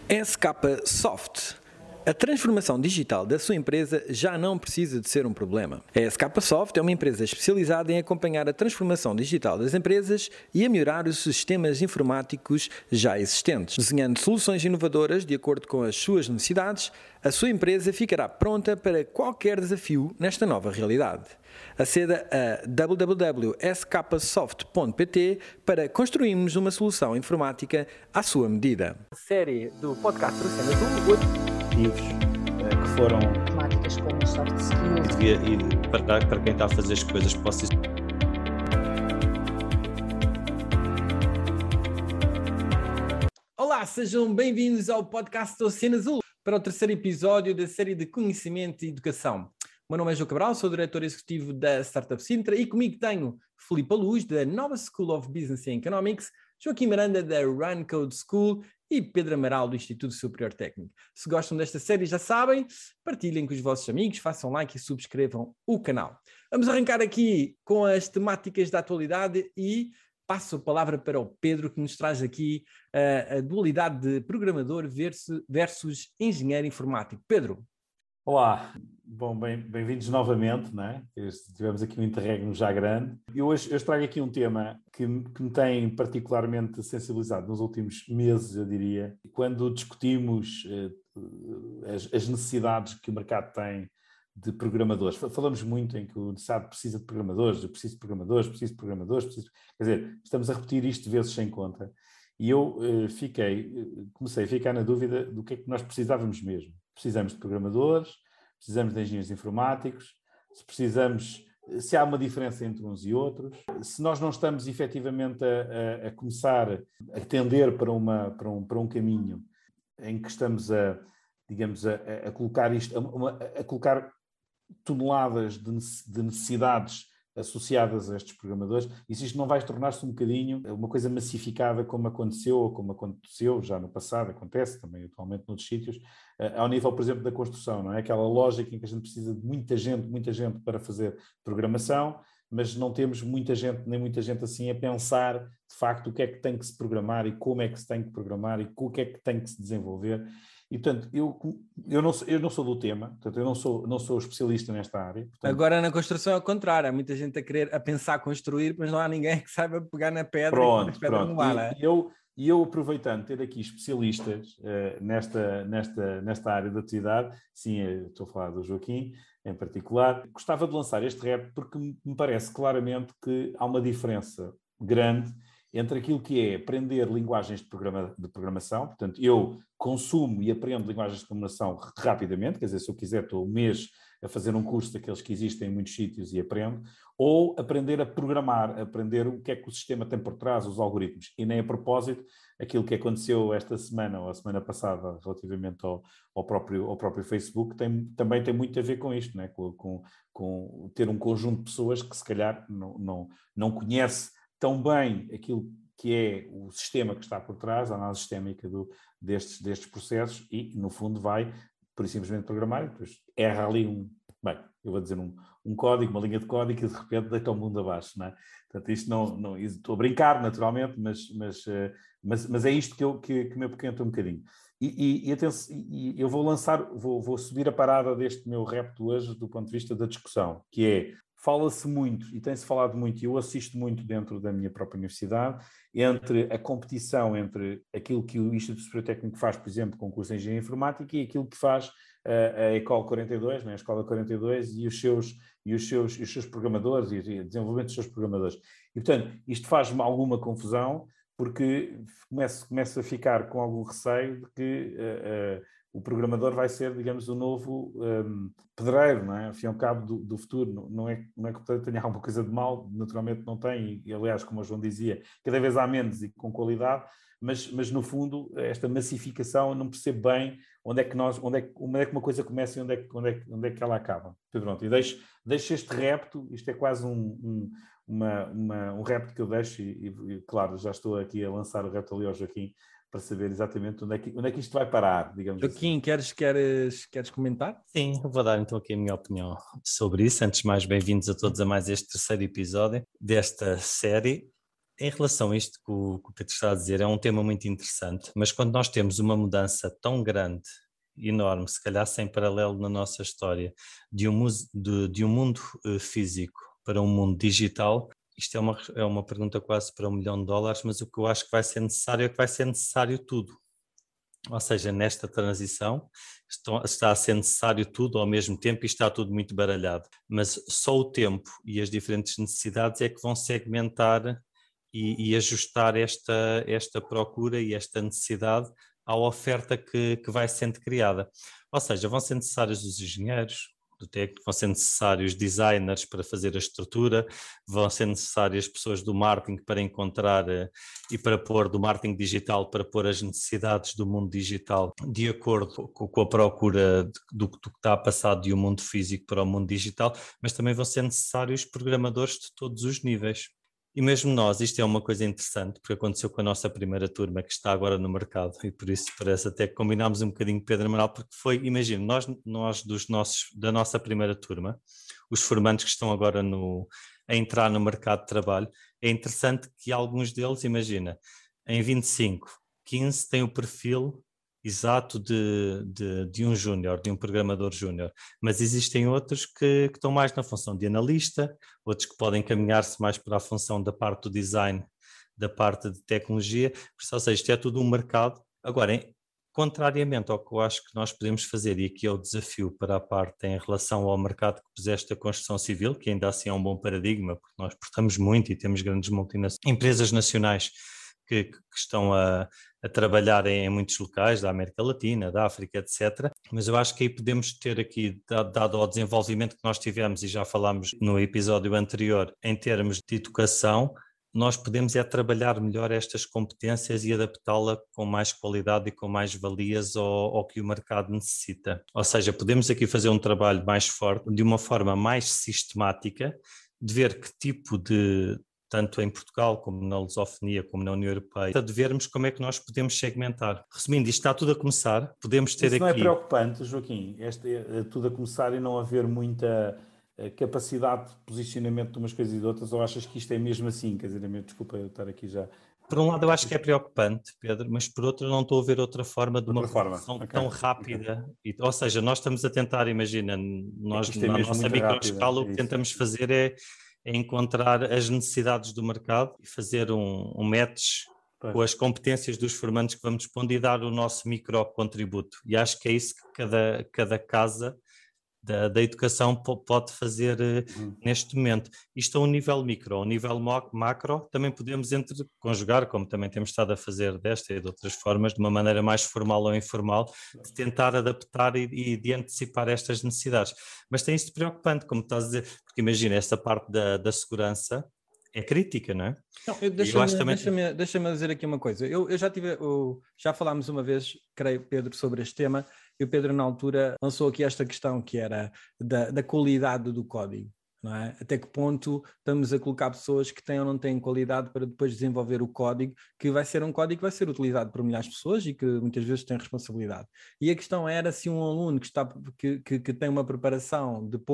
SK Soft. A transformação digital da sua empresa já não precisa de ser um problema. A SK Soft é uma empresa especializada em acompanhar a transformação digital das empresas e a melhorar os sistemas informáticos já existentes. Desenhando soluções inovadoras de acordo com as suas necessidades, a sua empresa ficará pronta para qualquer desafio nesta nova realidade. Aceda a www.sksoft.pt para construirmos uma solução informática à sua medida. A série do podcast Cenas 8 que foram temáticas como soft skills e para quem está a fazer as coisas possa. Olá, sejam bem-vindos ao podcast Cenas Azul para o terceiro episódio da série de Conhecimento e Educação. O meu nome é João Cabral, sou diretor executivo da Startup Sintra e comigo tenho Filipe Luz, da Nova School of Business and Economics, Joaquim Miranda, da Run Code School e Pedro Amaral, do Instituto Superior Técnico. Se gostam desta série, já sabem, partilhem com os vossos amigos, façam like e subscrevam o canal. Vamos arrancar aqui com as temáticas da atualidade e passo a palavra para o Pedro, que nos traz aqui a dualidade de programador versus engenheiro informático. Pedro. Olá, bom, bem-vindos novamente, não é? Tivemos aqui um interregno já grande. E hoje eu trago aqui um tema que me tem particularmente sensibilizado nos últimos meses, eu diria, quando discutimos as necessidades que o mercado tem de programadores. Falamos muito em que o SAD precisa de programadores, eu preciso de programadores, quer dizer, estamos a repetir isto vezes sem conta. E eu comecei a ficar na dúvida do que é que nós precisávamos mesmo. Precisamos de programadores, precisamos de engenheiros informáticos, se há uma diferença entre uns e outros, se nós não estamos efetivamente a começar a tender para um caminho em que estamos a colocar a colocar toneladas de necessidades associadas a estes programadores, e se isto não vai tornar-se um bocadinho uma coisa massificada como aconteceu, ou como aconteceu já no passado, acontece também atualmente noutros sítios, ao nível, por exemplo, da construção, não é? Aquela lógica em que a gente precisa de muita gente para fazer programação, mas não temos muita gente assim a pensar, de facto, o que é que tem que se programar e como é que se tem que programar e o que é que tem que se desenvolver. E, portanto, eu não sou do tema, portanto, eu não sou especialista nesta área. Portanto... Agora, na construção é o contrário, há muita gente a pensar construir, mas não há ninguém que saiba pegar na pedra. Pronto. Molar, E eu aproveitando ter aqui especialistas nesta área da atividade, sim, estou a falar do Joaquim em particular, gostava de lançar este rap porque me parece claramente que há uma diferença grande entre aquilo que é aprender linguagens de programação, portanto, eu consumo e aprendo linguagens de programação rapidamente, quer dizer, se eu quiser estou um mês a fazer um curso daqueles que existem em muitos sítios e aprendo, ou aprender a programar, aprender o que é que o sistema tem por trás, os algoritmos, e nem a propósito, aquilo que aconteceu esta semana ou a semana passada relativamente ao próprio Facebook também tem muito a ver com isto, né? com ter um conjunto de pessoas que se calhar não conhece tão bem aquilo que é o sistema que está por trás, a análise sistémica destes processos e, no fundo, vai, por e simplesmente, programar e depois erra ali eu vou dizer um código, uma linha de código e, de repente, deita o mundo abaixo, não é? Portanto, isto não estou a brincar, naturalmente, mas é isto que me apoquenta um bocadinho. E eu vou subir a parada deste meu rap de hoje do ponto de vista da discussão, que é: fala-se muito, e tem-se falado muito, e eu assisto muito dentro da minha própria universidade, entre a competição entre aquilo que o Instituto Superior Técnico faz, por exemplo, com o curso de Engenharia Informática, e aquilo que faz a Ecole 42, né, a Escola 42, e os seus programadores, e o desenvolvimento dos seus programadores. E, portanto, isto faz-me alguma confusão, porque começo a ficar com algum receio de que o programador vai ser, digamos, o novo pedreiro, não é? Ao fim e ao cabo do futuro. Não é que o pedreiro tenha alguma coisa de mal, naturalmente não tem, e aliás, como o João dizia, cada vez há menos e com qualidade, mas no fundo, esta massificação, eu não percebo bem onde é que uma coisa começa e onde é que ela acaba. Pronto, e deixo este repto, isto é quase um repto que eu deixo, e claro, já estou aqui a lançar o repto ali ao Joaquim, para saber exatamente onde é que isto vai parar, digamos Joaquim, assim. queres comentar? Sim, eu vou dar então aqui a minha opinião sobre isso. Antes de mais, bem-vindos a todos a mais este terceiro episódio desta série. Em relação a isto que o Pedro está a dizer, é um tema muito interessante, mas quando nós temos uma mudança tão grande, enorme, se calhar sem paralelo na nossa história, de um mundo físico para um mundo digital, isto é uma pergunta quase para $1 milhão, mas o que eu acho que vai ser necessário é que vai ser necessário tudo. Ou seja, nesta transição está a ser necessário tudo ao mesmo tempo e está tudo muito baralhado. Mas só o tempo e as diferentes necessidades é que vão segmentar e ajustar esta procura e esta necessidade à oferta que vai sendo criada. Ou seja, vão ser necessários os engenheiros do técnico, vão ser necessários designers para fazer a estrutura, vão ser necessárias pessoas do marketing para encontrar e para pôr do marketing digital, para pôr as necessidades do mundo digital de acordo com a procura do que está a passar de um mundo físico para o mundo digital, mas também vão ser necessários programadores de todos os níveis. E mesmo nós, isto é uma coisa interessante, porque aconteceu com a nossa primeira turma, que está agora no mercado, e por isso parece até que combinámos um bocadinho Pedro Amaral, porque foi, imagina, nós da nossa primeira turma, os formandos que estão agora a entrar no mercado de trabalho, é interessante que alguns deles, imagina, em 25, 15 têm o perfil exato de um júnior, de um programador júnior, mas existem outros que estão mais na função de analista, outros que podem caminhar-se mais para a função da parte do design, da parte de tecnologia, ou seja, isto é tudo um mercado. Agora, contrariamente ao que eu acho que nós podemos fazer, e aqui é o desafio para a parte em relação ao mercado que puseste a construção civil, que ainda assim é um bom paradigma, porque nós portamos muito e temos grandes multinacionais, empresas nacionais que estão a trabalhar em muitos locais da América Latina, da África, etc. Mas eu acho que aí podemos ter aqui, dado ao desenvolvimento que nós tivemos, e já falámos no episódio anterior, em termos de educação, nós podemos trabalhar melhor estas competências e adaptá-la com mais qualidade e com mais valias ao que o mercado necessita. Ou seja, podemos aqui fazer um trabalho mais forte, de uma forma mais sistemática, de ver que tipo de, tanto em Portugal como na lusofonia, como na União Europeia, de vermos como é que nós podemos segmentar. Resumindo, isto está tudo a começar, podemos ter aqui... Isso não é preocupante, Joaquim, tudo a começar e não haver muita capacidade de posicionamento de umas coisas e de outras, ou achas que isto é mesmo assim? Quer dizer, desculpa eu estar aqui já... Por um lado eu acho que é preocupante, Pedro, mas por outro não estou a ver outra forma de uma revolução tão rápida. Ou seja, nós estamos a tentar, imagina, nós na nossa microescala o que tentamos fazer é encontrar as necessidades do mercado e fazer um match com as competências dos formandos que vamos pondo e dar o nosso micro contributo. E acho que é isso que cada casa da educação pode fazer neste momento. Isto a um nível micro, a um nível macro, também podemos conjugar, como também temos estado a fazer desta e de outras formas, de uma maneira mais formal ou informal, de tentar adaptar e de antecipar estas necessidades. Mas tem isto preocupante, como estás a dizer, porque imagina, esta parte da segurança é crítica, não é? Não, deixa-me dizer aqui uma coisa. Eu já falámos uma vez, creio, Pedro, sobre este tema, e o Pedro, na altura, lançou aqui esta questão que era da qualidade do código, não é? Até que ponto estamos a colocar pessoas que têm ou não têm qualidade para depois desenvolver o código, que vai ser um código que vai ser utilizado por milhares de pessoas e que muitas vezes tem responsabilidade. E a questão era se um aluno que tem uma preparação de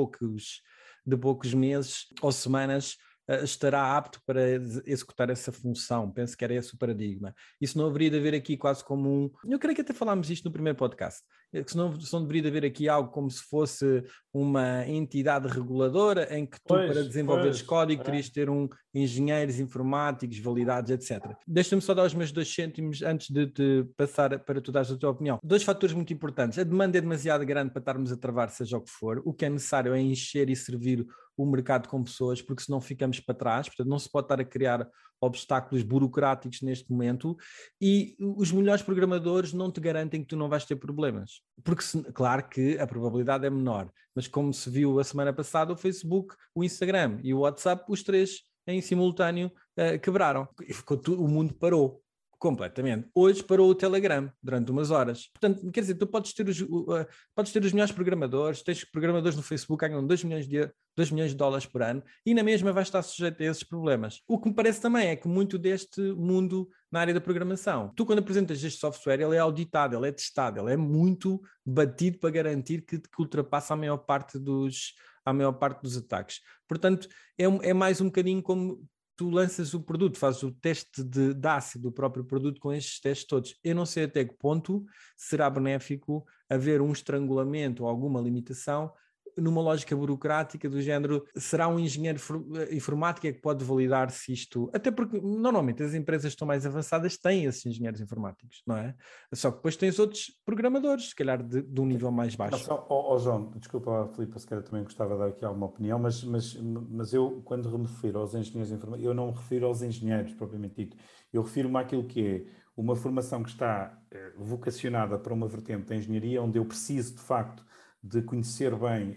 poucos meses ou semanas estará apto para executar essa função. Penso que era esse o paradigma. Isso não haveria de haver aqui quase como um... Eu creio que até falámos isto no primeiro podcast. Que não deveria de haver aqui algo como se fosse uma entidade reguladora em que tu, para desenvolveres código, terias de ter engenheiros informáticos, validados, etc. Deixa-me só dar os meus 2 cêntimos antes de te passar para tu dares a tua opinião. 2 fatores muito importantes. A demanda é demasiado grande para estarmos a travar seja o que for. O que é necessário é encher e servir o mercado com pessoas, porque senão ficamos para trás. Portanto, não se pode estar a criar obstáculos burocráticos neste momento, e os melhores programadores não te garantem que tu não vais ter problemas. Porque, claro que a probabilidade é menor, mas como se viu a semana passada, o Facebook, o Instagram e o WhatsApp, os 3 em simultâneo quebraram. E o mundo parou completamente. Hoje parou o Telegram durante umas horas. Portanto, quer dizer, tu podes ter os melhores programadores, tens programadores no Facebook que ganham 2 milhões de dólares por ano e na mesma vai estar sujeito a esses problemas. O que me parece também é que muito deste mundo na área da programação, tu quando apresentas este software, ele é auditado, ele é testado, ele é muito batido para garantir que ultrapassa a maior parte dos ataques. Portanto, é mais um bocadinho como tu lanças o produto, fazes o teste de ácido do próprio produto com estes testes todos. Eu não sei até que ponto será benéfico haver um estrangulamento ou alguma limitação numa lógica burocrática do género, será um engenheiro informático que pode validar se isto... Até porque, normalmente, as empresas que estão mais avançadas têm esses engenheiros informáticos, não é? Só que depois tens outros programadores, se calhar de um nível mais baixo. João, desculpa, Filipe, se calhar também gostava de dar aqui alguma opinião, mas eu, quando me refiro aos engenheiros informáticos, eu não me refiro aos engenheiros, propriamente dito. Eu refiro-me àquilo que é uma formação que está vocacionada para uma vertente da engenharia, onde eu preciso, de facto, de conhecer bem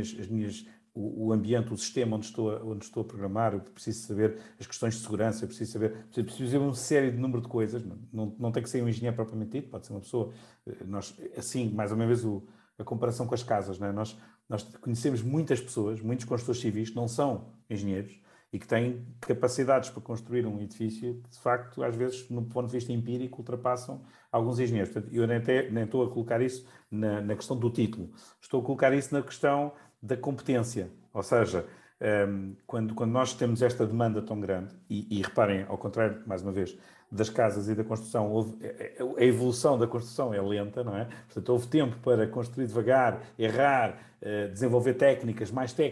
o ambiente, o sistema onde estou a programar, eu preciso saber as questões de segurança, eu preciso saber uma série de número de coisas, não tem que ser um engenheiro propriamente dito, pode ser uma pessoa, assim, mais ou menos a comparação com as casas, não é? Nós conhecemos muitas pessoas, muitos construtores civis que não são engenheiros e que têm capacidades para construir um edifício que, de facto, às vezes, no ponto de vista empírico, ultrapassam alguns engenheiros. Portanto, eu nem estou a colocar isso na questão do título. Estou a colocar isso na questão da competência. Ou seja, quando nós temos esta demanda tão grande, e reparem, ao contrário, mais uma vez, das casas e da construção, a evolução da construção é lenta, não é? Portanto, houve tempo para construir devagar, errar, desenvolver técnicas,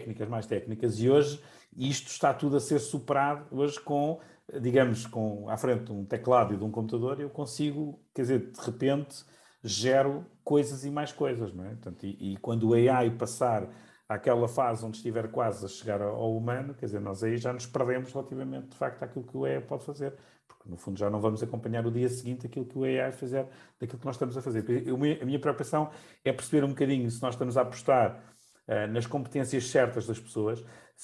e hoje isto está tudo a ser superado hoje digamos, à frente de um teclado e de um computador, eu consigo, quer dizer, de repente, gero coisas e mais coisas, não é? Portanto, e quando o AI passar àquela fase onde estiver quase a chegar ao humano, quer dizer, nós aí já nos perdemos relativamente, de facto, àquilo que o AI pode fazer, porque no fundo já não vamos acompanhar o dia seguinte aquilo que o AI fizer daquilo que nós estamos a fazer. A minha preocupação é perceber um bocadinho se nós estamos a apostar nas competências certas das pessoas,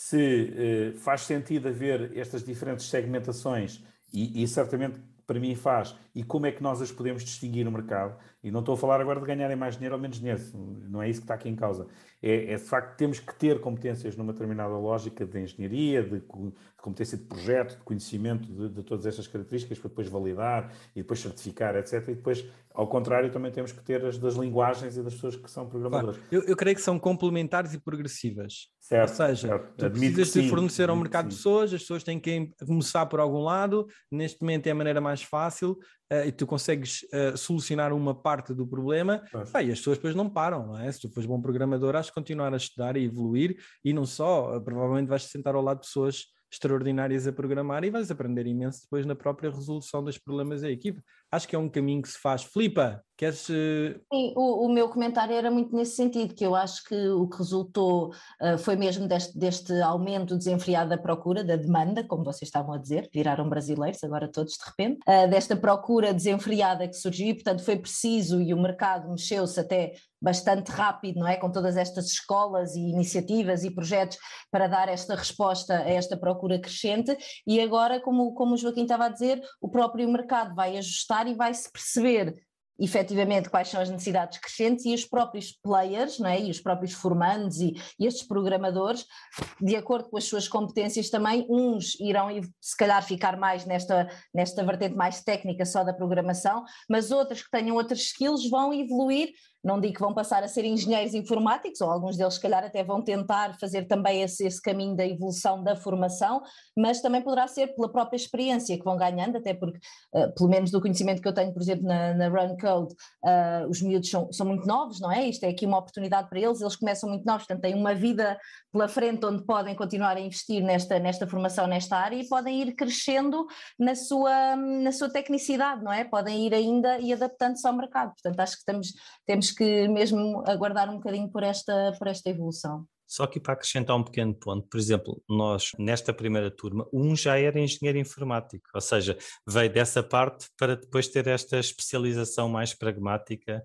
se faz sentido haver estas diferentes segmentações, e certamente para mim faz, e como é que nós as podemos distinguir no mercado. E não estou a falar agora de ganharem mais dinheiro ou menos dinheiro, não é isso que está aqui em causa. De facto, temos que ter competências numa determinada lógica de engenharia, de competência de projeto, de conhecimento de todas estas características para depois validar e depois certificar, etc. E depois, ao contrário, também temos que ter as das linguagens e das pessoas que são programadores. Claro. Eu creio que são complementares e progressivas. Certo, Ou seja, certo. tu precisas de fornecer ao mercado de pessoas, as pessoas têm que começar por algum lado, neste momento é a maneira mais fácil, e tu consegues solucionar uma parte do problema, e as pessoas depois não param, não é? Se tu fores bom programador, has de continuar a estudar e evoluir, e não só, provavelmente vais-te sentar ao lado de pessoas extraordinárias a programar e vais aprender imenso depois na própria resolução dos problemas da equipe. Acho que é um caminho que se faz. Filipa, queres... Sim, o meu comentário era muito nesse sentido, que eu acho que o que resultou foi mesmo deste aumento desenfreado da procura, da demanda, como vocês estavam a dizer, viraram brasileiros agora todos de repente, desta procura desenfreada que surgiu, e portanto foi preciso, e o mercado mexeu-se até bastante rápido, não é? Com todas estas escolas e iniciativas e projetos para dar esta resposta a esta procura crescente, e agora, como o Joaquim estava a dizer, o próprio mercado vai ajustar e vai-se perceber efetivamente quais são as necessidades crescentes, e os próprios players, não é? E os próprios formandos e estes programadores, de acordo com as suas competências também, uns irão se calhar ficar mais nesta vertente mais técnica só da programação, mas outros que tenham outras skills vão evoluir. Não digo que vão passar a ser engenheiros informáticos, ou alguns deles se calhar até vão tentar fazer também esse caminho da evolução da formação, mas também poderá ser pela própria experiência que vão ganhando, até porque, pelo menos do conhecimento que eu tenho, por exemplo, na Run Code, os miúdos são muito novos, não é? Isto é aqui uma oportunidade para eles começam muito novos, portanto têm uma vida pela frente onde podem continuar a investir nesta formação, nesta área, e podem ir crescendo na sua tecnicidade, não é? Podem ir ainda e adaptando-se ao mercado, portanto acho que temos que mesmo aguardar um bocadinho por esta evolução. Só que para acrescentar um pequeno ponto, por exemplo, nós nesta primeira turma, já era engenheiro informático, ou seja, veio dessa parte para depois ter esta especialização mais pragmática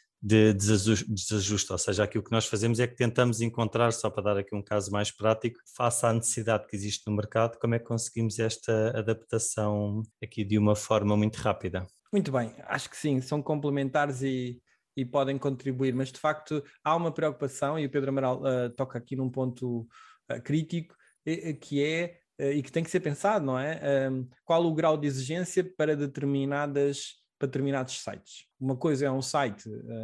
de desajuste, ou seja, aquilo que nós fazemos é que tentamos encontrar, só para dar aqui um caso mais prático, face à necessidade que existe no mercado, como é que conseguimos esta adaptação aqui de uma forma muito rápida. Muito bem, acho que sim, são complementares e podem contribuir, mas de facto há uma preocupação, e o Pedro Amaral toca aqui num ponto crítico, que é, e que tem que ser pensado, não é? Qual o grau de exigência para determinados sites? Uma coisa é um site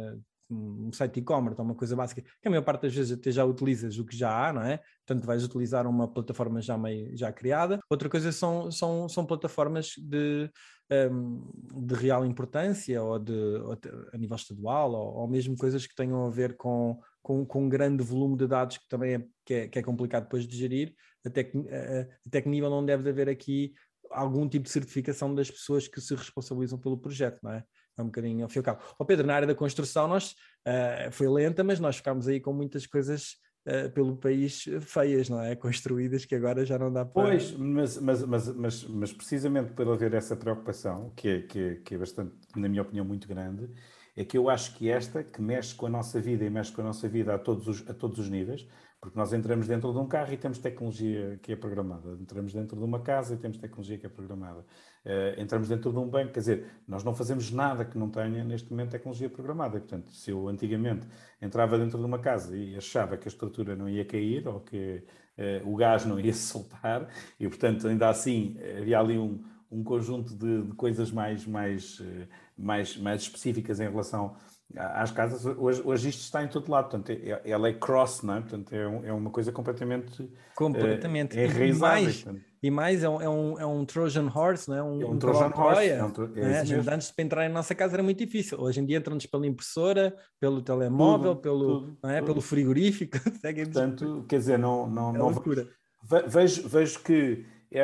um site de e-commerce, uma coisa básica, que a maior parte das vezes até já utilizas o que já há, não é? Portanto, vais utilizar uma plataforma já criada. Outra coisa são plataformas de real importância ou a nível estadual, ou mesmo coisas que tenham a ver com um grande volume de dados que também é complicado depois de gerir, até que nível não deve haver aqui algum tipo de certificação das pessoas que se responsabilizam pelo projeto, não é? É um bocadinho ao fim e ao cabo. Pedro, na área da construção foi lenta, mas nós ficámos aí com muitas coisas pelo país feias, não é? Construídas, que agora já não dá para... Pois, mas precisamente por haver essa preocupação, que é bastante, na minha opinião, muito grande, é que eu acho que que mexe com a nossa vida e mexe com a nossa vida a todos os níveis, porque nós entramos dentro de um carro e temos tecnologia que é programada, entramos dentro de uma casa e temos tecnologia que é programada, entramos dentro de um banco, quer dizer, nós não fazemos nada que não tenha neste momento tecnologia programada. E, portanto, se eu antigamente entrava dentro de uma casa e achava que a estrutura não ia cair ou que o gás não ia se soltar, e portanto ainda assim havia ali um conjunto de coisas mais específicas em relação às casas. Hoje isto está em todo lado, portanto ela é cross, não é? Portanto é uma coisa completamente enraizada. E mais é um Trojan Horse, não é? É um Trojan Horse. A gente antes para entrar em nossa casa era muito difícil. Hoje em dia entramos pela impressora, pelo telemóvel, pelo frigorífico. Portanto, quer dizer, não loucura. Vejo que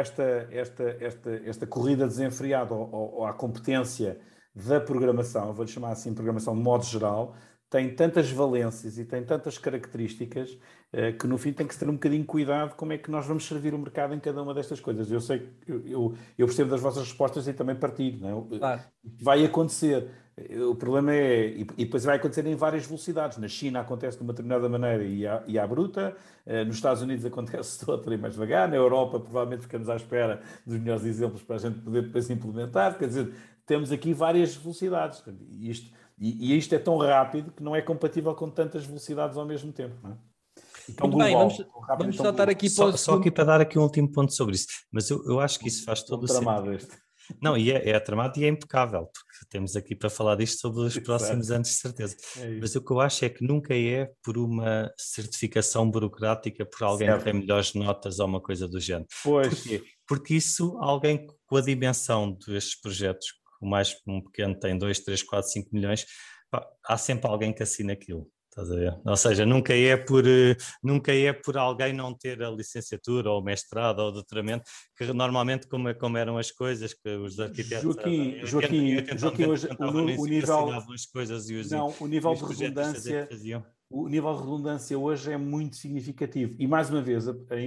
esta corrida desenfreada ou à competência da programação, vou-lhe chamar assim, programação de modo geral, tem tantas valências e tem tantas características que no fim tem que se ter um bocadinho cuidado como é que nós vamos servir o mercado em cada uma destas coisas. Eu sei que eu percebo das vossas respostas e também partilho, não é? Claro. Vai acontecer. O problema e depois vai acontecer em várias velocidades. Na China acontece de uma determinada maneira e à bruta, nos Estados Unidos acontece de outra e mais devagar, na Europa provavelmente ficamos à espera dos melhores exemplos para a gente poder depois implementar. Quer dizer, temos aqui várias velocidades. E isto é tão rápido que não é compatível com tantas velocidades ao mesmo tempo, não é? Então, muito bem, vamos saltar aqui para só aqui para dar aqui um último ponto sobre isso. Mas eu acho que isso faz todo o sentido. Não, e é tramado e é impecável, porque temos aqui para falar disto sobre os próximos anos, de certeza. Mas o que eu acho é que nunca é por uma certificação burocrática, por alguém que tem melhores notas ou uma coisa do género. Porquê? Porque isso, alguém com a dimensão destes projetos, o mais pequeno tem 2, 3, 4, 5 milhões, há sempre alguém que assina aquilo. Estás a ver? Ou seja, nunca é por alguém não ter a licenciatura ou o mestrado ou o doutoramento, que normalmente como eram as coisas que os arquitetos... Joaquim, hoje o nível... as coisas e o nível de redundância... O nível de redundância hoje é muito significativo. E mais uma vez,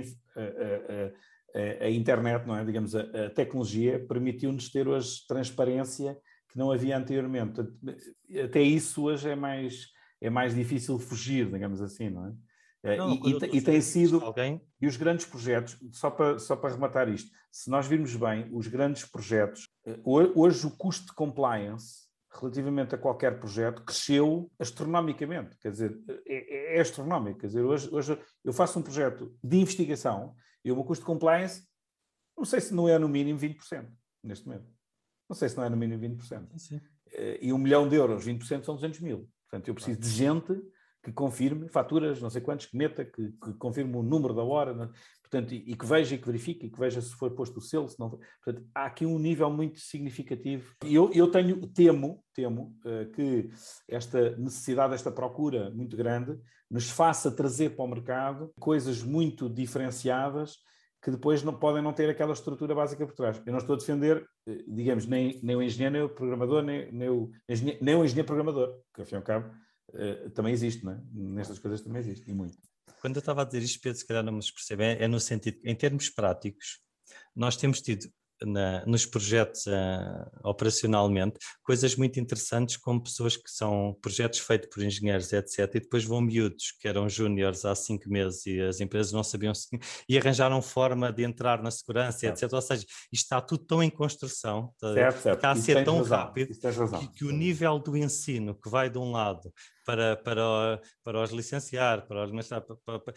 a internet, não é? Digamos, a tecnologia permitiu-nos ter hoje transparência que não havia anteriormente. Até isso hoje é mais difícil fugir, digamos assim, não é? E tem sido... E os grandes projetos, só para rematar isto, se nós virmos bem, os grandes projetos, hoje o custo de compliance relativamente a qualquer projeto cresceu astronomicamente, quer dizer, é astronómico, quer dizer, hoje eu faço um projeto de investigação e o meu custo de compliance, não sei se não é no mínimo 20% neste momento. Não sei se não é no mínimo 20%. Sim. E €1 milhão, 20% são 200 mil. Portanto, eu preciso de gente que confirme faturas, não sei quantos, que meta, que confirme o número da hora, né? Portanto, e que veja e que verifique, e que veja se foi posto o selo, se não foi. Portanto, há aqui um nível muito significativo. E eu temo que esta necessidade, esta procura muito grande, nos faça trazer para o mercado coisas muito diferenciadas que depois podem não ter aquela estrutura básica por trás. Eu não estou a defender, digamos, nem o engenheiro, nem o programador, nem o engenheiro programador, que ao fim e ao cabo também existe, não é? Nestas coisas também existe, e muito. Quando eu estava a dizer isto, Pedro, se calhar não me percebe, é no sentido, em termos práticos, nós temos tido nos projetos operacionalmente coisas muito interessantes, como pessoas que são projetos feitos por engenheiros, etc. E depois vão miúdos, que eram júniores há 5 meses e as empresas não sabiam e arranjaram forma de entrar na segurança, etc. Ou seja, isto está tudo tão em construção, está a ser tão rápido que o nível do ensino que vai de um lado para os licenciar, para os mestrar,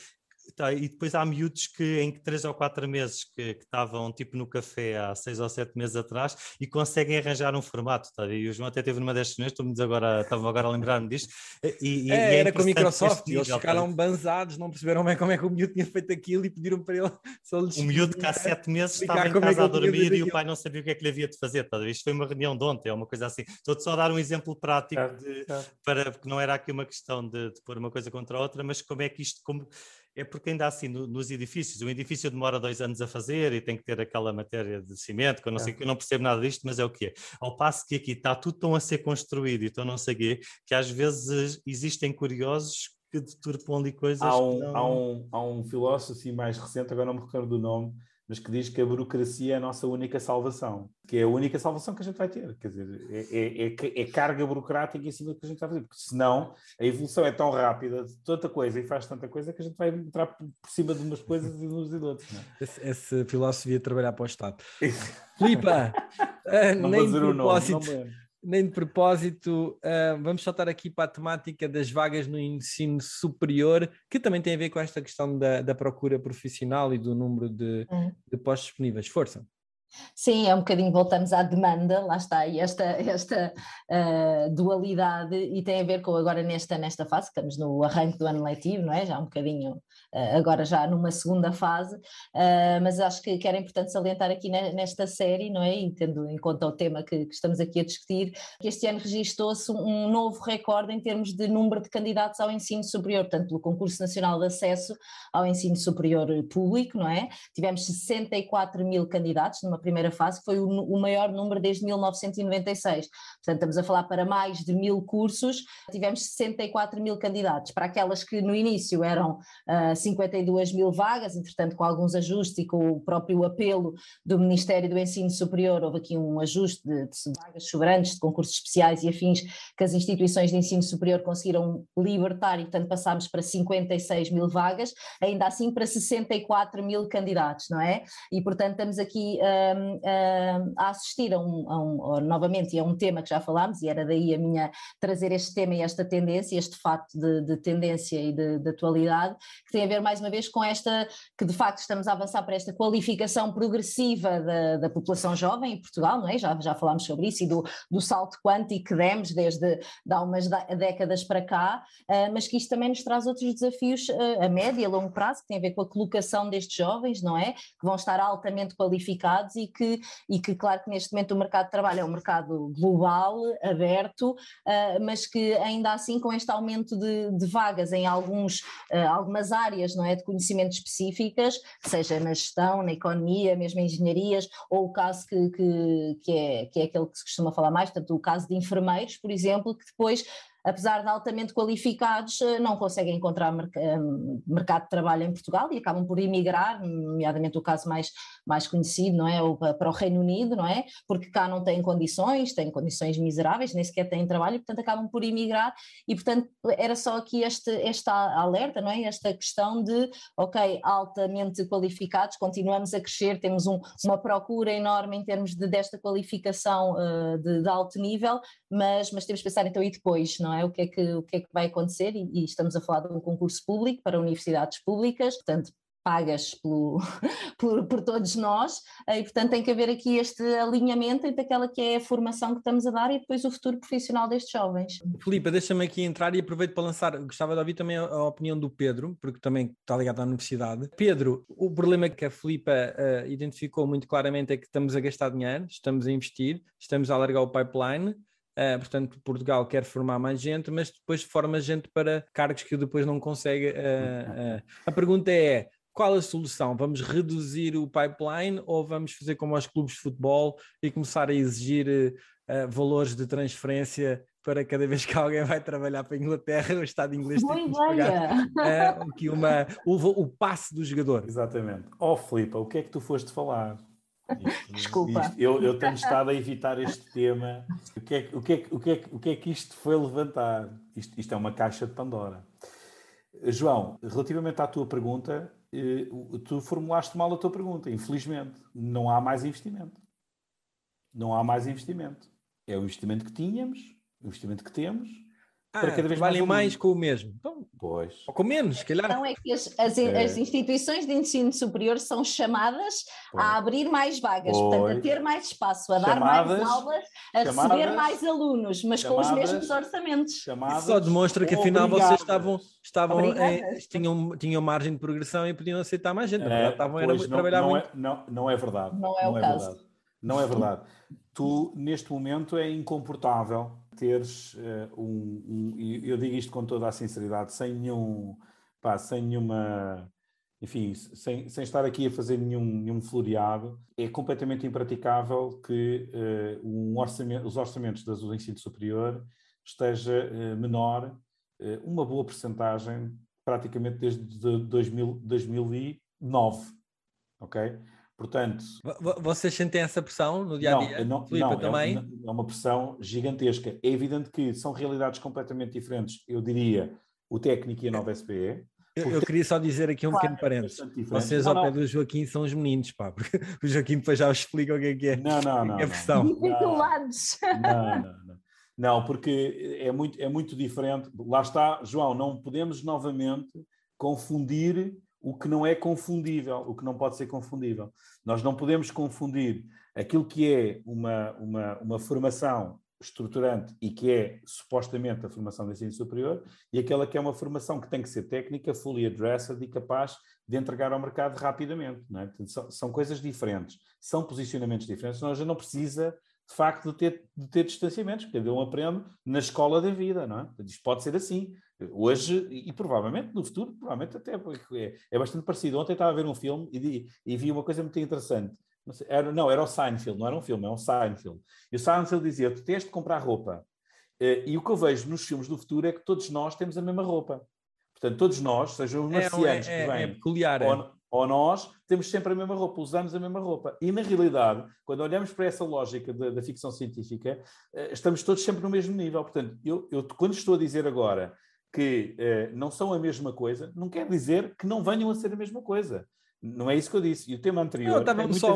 Tá, e depois há miúdos que em 3 ou 4 meses que estavam tipo no café há 6 ou 7 meses atrás e conseguem arranjar um formato, tá? E o João até teve numa destas reuniões, estava agora a lembrar-me disto, e é Era com a interessante Microsoft, este e eles nível, tá? ficaram banzados, não perceberam bem como é que o miúdo tinha feito aquilo e pediram para ele só lhes O miúdo que há 7 meses estava explicar em como é que casa a ele tinha dormir feito e o aquilo. pai não sabia o que é que lhe havia de fazer, tá? Isto foi uma reunião de ontem, é uma coisa assim. Estou-te só a dar um exemplo prático porque não era aqui uma questão de pôr uma coisa contra a outra, mas como é que isto... É porque ainda assim nos edifícios, o edifício demora 2 anos a fazer e tem que ter aquela matéria de cimento, que eu não sei, que eu não percebo nada disto, mas é o que é. Ao passo que aqui está tudo tão a ser construído e tão não sei o quê, que às vezes existem curiosos que deturpam ali coisas que não... Há um filósofo assim, mais recente, agora não me recordo do nome, mas que diz que a burocracia é a nossa única salvação, que é a única salvação que a gente vai ter. Quer dizer, é carga burocrática em cima do que a gente vai fazer, porque senão a evolução é tão rápida, de tanta coisa e faz tanta coisa que a gente vai entrar por cima de umas coisas e de uns e de outros. Não é? Esse filósofo devia trabalhar para o Estado. Filipa, Não vou nem de dizer o nome, não propósito, me lembro. nem de propósito, vamos saltar aqui para a temática das vagas no ensino superior, que também tem a ver com esta questão da procura profissional e do número de postos disponíveis. Força. Sim, é um bocadinho, voltamos à demanda, lá está, e esta dualidade, e tem a ver com agora nesta fase, estamos no arranque do ano letivo, não é? Já um bocadinho, agora já numa segunda fase, mas acho que era importante salientar aqui nesta série, não é? E tendo em conta o tema que estamos aqui a discutir, que este ano registou-se um novo recorde em termos de número de candidatos ao ensino superior, portanto, pelo Concurso Nacional de Acesso ao Ensino Superior Público, não é? Tivemos 64 mil candidatos numa primeira fase, que foi o maior número desde 1996. Portanto, estamos a falar para mais de 1000 cursos, tivemos 64 mil candidatos. Para aquelas que no início eram 52 mil vagas, entretanto, com alguns ajustes e com o próprio apelo do Ministério do Ensino Superior, houve aqui um ajuste de vagas sobrantes, de concursos especiais e afins, que as instituições de ensino superior conseguiram libertar e, portanto, passámos para 56 mil vagas, ainda assim para 64 mil candidatos, não é? E, portanto, estamos aqui a assistir novamente, e é um tema que já falámos, e era daí a minha trazer este tema e esta tendência, este facto de tendência e de atualidade, que tem a ver mais uma vez com esta, que de facto estamos a avançar para esta qualificação progressiva da população jovem em Portugal, não é? Já falámos sobre isso e do salto quântico que demos desde há umas décadas para cá, mas que isto também nos traz outros desafios a médio e a longo prazo, que tem a ver com a colocação destes jovens, não é? Que vão estar altamente qualificados e que claro que neste momento o mercado de trabalho é um mercado global, aberto, mas que ainda assim com este aumento de vagas em algumas áreas, não é, de conhecimento específicas, seja na gestão, na economia, mesmo em engenharias, ou o caso que é aquele que se costuma falar mais, portanto o caso de enfermeiros, por exemplo, que depois, apesar de altamente qualificados, não conseguem encontrar mercado de trabalho em Portugal e acabam por emigrar, nomeadamente o caso mais conhecido, não é, para o Reino Unido, não é, porque cá não têm condições miseráveis, nem sequer têm trabalho e portanto acabam por emigrar e portanto era só aqui esta alerta, não é, esta questão de, ok, altamente qualificados, continuamos a crescer, temos uma procura enorme em termos desta qualificação de alto nível, mas temos que pensar então e depois, não é? O que é que vai acontecer? E estamos a falar de um concurso público para universidades públicas, portanto pagas por todos nós, e portanto tem que haver aqui este alinhamento entre aquela que é a formação que estamos a dar e depois o futuro profissional destes jovens. Filipa, deixa-me aqui entrar e aproveito para lançar, gostava de ouvir também a opinião do Pedro, porque também está ligado à universidade. Pedro, o problema que a Filipa identificou muito claramente é que estamos a gastar dinheiro, estamos a investir, estamos a alargar o pipeline. Portanto, Portugal quer formar mais gente, mas depois forma gente para cargos que depois não consegue. A pergunta é, qual a solução? Vamos reduzir o pipeline ou vamos fazer como aos clubes de futebol e começar a exigir valores de transferência para cada vez que alguém vai trabalhar para a Inglaterra, o Estado inglês tem que pagar o passe do jogador? Exatamente. Filipa, o que é que tu foste falar? Desculpa. Eu tenho estado a evitar este tema. O que é que isto foi levantar? Isto é uma caixa de Pandora. João, relativamente à tua pergunta, tu formulaste mal a tua pergunta. Infelizmente, não há mais investimento. Não há mais investimento. É o investimento que tínhamos, o investimento que temos, para cada vez trabalhem mais alunos. com o mesmo. Então, Pois. ou com menos, se calhar. Não é que as instituições de ensino superior são chamadas a abrir mais vagas, portanto, a ter mais espaço, a dar mais aulas, a receber mais alunos, mas com os mesmos orçamentos. Isso só demonstra que afinal vocês tinham margem de progressão e podiam aceitar mais gente. Na verdade, estavam a trabalhar muito. Não é verdade. Não é o caso. Não é verdade. Tu, neste momento, é incomportável teres eu digo isto com toda a sinceridade, sem nenhuma, enfim, sem estar aqui a fazer nenhum floreado, é completamente impraticável que os orçamentos do ensino superior esteja menor, uma boa percentagem, praticamente desde 2009, ok? Portanto, vocês sentem essa pressão no dia-a-dia? Não, também? É uma pressão gigantesca. É evidente que são realidades completamente diferentes. Eu diria o técnico e a nova SPE. Eu queria só dizer aqui um pequeno parênteses. Vocês ao pé do Joaquim são os meninos, pá, porque o Joaquim depois já vos explica o que é a pressão. Não, porque é muito diferente. Lá está, João, não podemos novamente confundir o que não é confundível, o que não pode ser confundível. Nós não podemos confundir aquilo que é uma formação estruturante e que é supostamente a formação de ensino superior e aquela que é uma formação que tem que ser técnica, fully addressed e capaz de entregar ao mercado rapidamente. Não é? São coisas diferentes, são posicionamentos diferentes. Nós já não precisa, de facto, de ter distanciamentos, porque cada um aprende na escola da vida, não é? Isto pode ser assim. Hoje, e provavelmente no futuro, provavelmente até é bastante parecido. Ontem estava a ver um filme e vi uma coisa muito interessante. Era o Seinfeld, não era um filme, é um Seinfeld. E o Seinfeld dizia, tu tens de comprar roupa. E o que eu vejo nos filmes do futuro é que todos nós temos a mesma roupa. Portanto, todos nós, sejam os marcianos que vêm, peculiar, ou nós, temos sempre a mesma roupa, usamos a mesma roupa. E, na realidade, quando olhamos para essa lógica da ficção científica, estamos todos sempre no mesmo nível. Portanto, eu quando estou a dizer agora que não são a mesma coisa, não quer dizer que não venham a ser a mesma coisa. Não é isso que eu disse. E o tema anterior... Estávamos só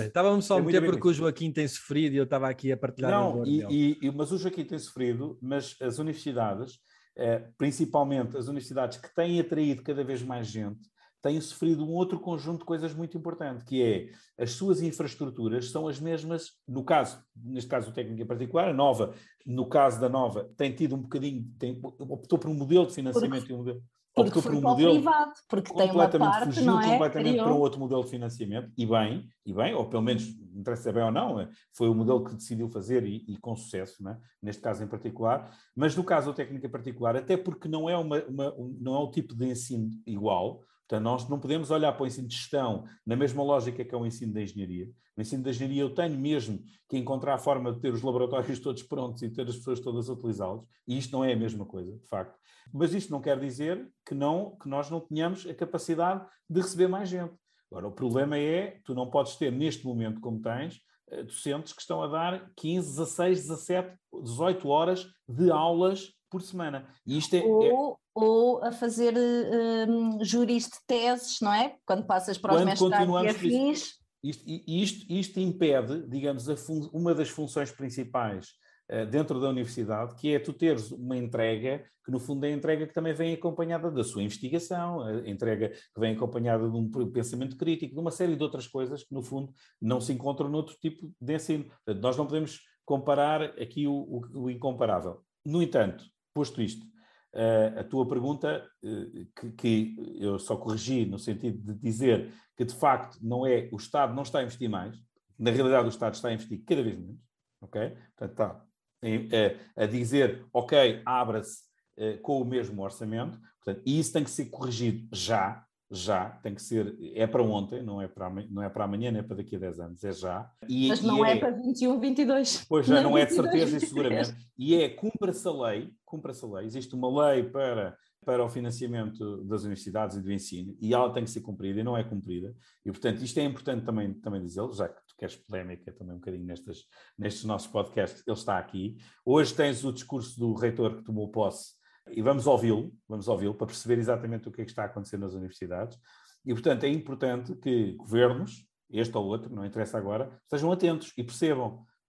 a meter porque o Joaquim tem sofrido e eu estava aqui a partilhar a dor dele. Mas o Joaquim tem sofrido, mas as universidades, principalmente as universidades que têm atraído cada vez mais gente, têm sofrido um outro conjunto de coisas muito importante, que é as suas infraestruturas são as mesmas, neste caso o técnico em particular, a Nova, no caso da Nova, tem tido um bocadinho, optou por um modelo de financiamento e um modelo... Porque foi para o privado, porque tem uma parte, fugiu não é? completamente para um outro modelo de financiamento, e bem, ou pelo menos, não interessa se é bem ou não, foi o modelo que decidiu fazer e com sucesso, não é? Neste caso em particular, mas no caso do técnico em particular, até porque não é um tipo de ensino igual. Portanto, nós não podemos olhar para o ensino de gestão na mesma lógica que é o ensino da engenharia. No ensino da engenharia eu tenho mesmo que encontrar a forma de ter os laboratórios todos prontos e ter as pessoas todas a utilizá-los, e isto não é a mesma coisa, de facto. Mas isto não quer dizer que nós não tenhamos a capacidade de receber mais gente. Agora, o problema tu não podes ter neste momento, como tens, docentes que estão a dar 15, 16, 17, 18 horas de aulas por semana. E isto ou a fazer júris de teses, não é? Quando passas para os mestrados e afins. Isto impede, digamos, uma das funções principais dentro da universidade, que é tu teres uma entrega, que no fundo é a entrega que também vem acompanhada da sua investigação, a entrega que vem acompanhada de um pensamento crítico, de uma série de outras coisas que no fundo não se encontram noutro tipo de ensino. Portanto, nós não podemos comparar aqui o incomparável. No entanto, posto isto, a tua pergunta, que eu só corrigi no sentido de dizer que de facto o Estado não está a investir mais, na realidade o Estado está a investir cada vez menos, ok? Portanto, está a dizer, ok, abra-se com o mesmo orçamento, portanto, e isso tem que ser corrigido já, tem que ser, é para ontem, não é para amanhã, nem é para daqui a 10 anos, é já. Mas não é para 21, 22. Pois já não é de certeza e seguramente. E cumpra-se a lei, existe uma lei para o financiamento das universidades e do ensino, e ela tem que ser cumprida e não é cumprida, e portanto isto é importante também dizê-lo, já que tu queres polémica também um bocadinho nestes nossos podcasts, ele está aqui. Hoje tens o discurso do reitor que tomou posse, e vamos ouvi-lo para perceber exatamente o que é que está a acontecer nas universidades, e portanto é importante que governos, este ou outro, não interessa agora, estejam atentos e percebam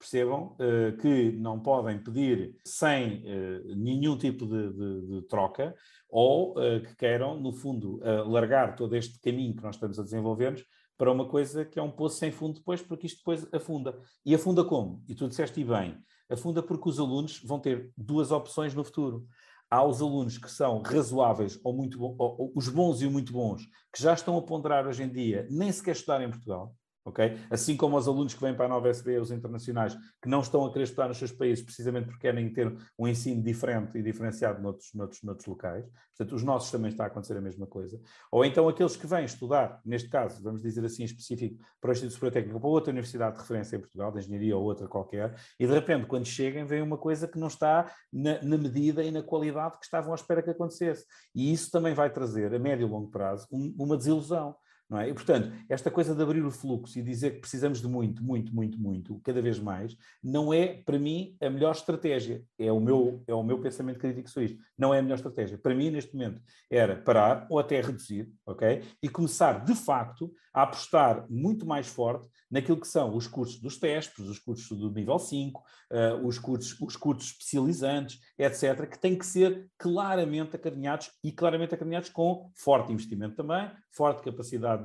percebam que não podem pedir sem nenhum tipo de troca, ou que queiram, no fundo, largar todo este caminho que nós estamos a desenvolver-nos para uma coisa que é um poço sem fundo depois, porque isto depois afunda. E afunda como? E tu disseste bem, afunda porque os alunos vão ter duas opções no futuro. Há os alunos que são razoáveis ou muito bons, ou os bons e os muito bons, que já estão a ponderar hoje em dia nem sequer estudar em Portugal. Okay? Assim como os alunos que vêm para a Nova SB, os internacionais, que não estão a querer estudar nos seus países precisamente porque querem ter um ensino diferente e diferenciado noutros locais. Portanto, os nossos também está a acontecer a mesma coisa. Ou então aqueles que vêm estudar, neste caso, vamos dizer assim, específico, para o Instituto Superior Técnico, para outra universidade de referência em Portugal, de engenharia ou outra qualquer, e de repente, quando chegam, vem uma coisa que não está na medida e na qualidade que estavam à espera que acontecesse. E isso também vai trazer, a médio e longo prazo, uma desilusão. Não é? E, portanto, esta coisa de abrir o fluxo e dizer que precisamos de muito, cada vez mais, não é, para mim, a melhor estratégia. É o meu pensamento crítico sobre isto. Não é a melhor estratégia. Para mim, neste momento, era parar ou até reduzir, ok? E começar, de facto, a apostar muito mais forte naquilo que são os cursos dos TESPs, os cursos do nível 5, os cursos especializantes, etc., que têm que ser claramente acarinhados e claramente acarinhados com forte investimento também, forte capacidade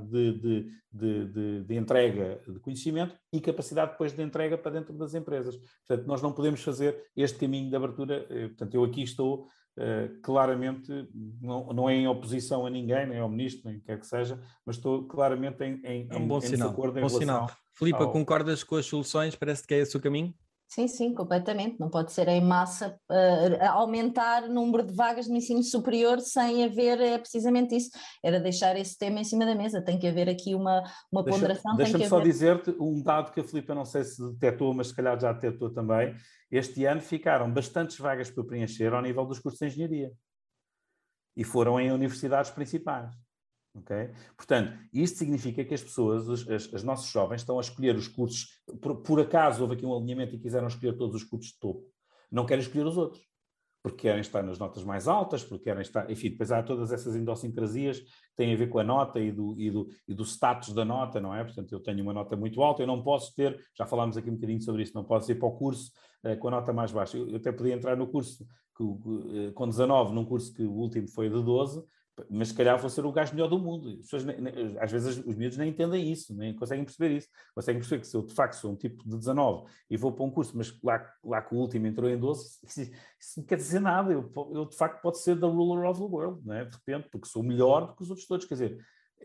de entrega de conhecimento e capacidade depois de entrega para dentro das empresas. Portanto, nós não podemos fazer este caminho de abertura. Portanto, eu aqui estou claramente, não é em oposição a ninguém, nem ao ministro, nem quer que seja, mas estou claramente em desacordo em relação sinal. Filipa, ao... concordas com as soluções? Parece que é esse o caminho? Sim, completamente. Não pode ser em massa aumentar o número de vagas no ensino superior sem haver, é precisamente isso, era deixar esse tema em cima da mesa. Tem que haver aqui uma ponderação. Deixa-me só dizer-te um dado que a Filipa não sei se detectou, mas se calhar já detectou também. Este ano ficaram bastantes vagas para preencher ao nível dos cursos de engenharia. E foram em universidades principais. Okay? Portanto, isto significa que as pessoas, os nossos jovens, estão a escolher os cursos, por acaso houve aqui um alinhamento e quiseram escolher todos os cursos de topo, não querem escolher os outros, porque querem estar nas notas mais altas, porque querem estar, enfim, depois há todas essas idiosincrasias que têm a ver com a nota e do status da nota, não é? Portanto, eu tenho uma nota muito alta, eu não posso ter, já falámos aqui um bocadinho sobre isso, não posso ir para o curso com a nota mais baixa. Eu até podia entrar no curso com 19, num curso que o último foi de 12, mas se calhar vou ser o gajo melhor do mundo. As pessoas, às vezes os miúdos nem entendem isso, nem conseguem perceber isso. Conseguem perceber que se eu de facto sou um tipo de 19 e vou para um curso, mas lá que o último entrou em 12, isso não quer dizer nada. Eu de facto posso ser the ruler of the world, não é? De repente, porque sou melhor do que os outros todos. Quer dizer,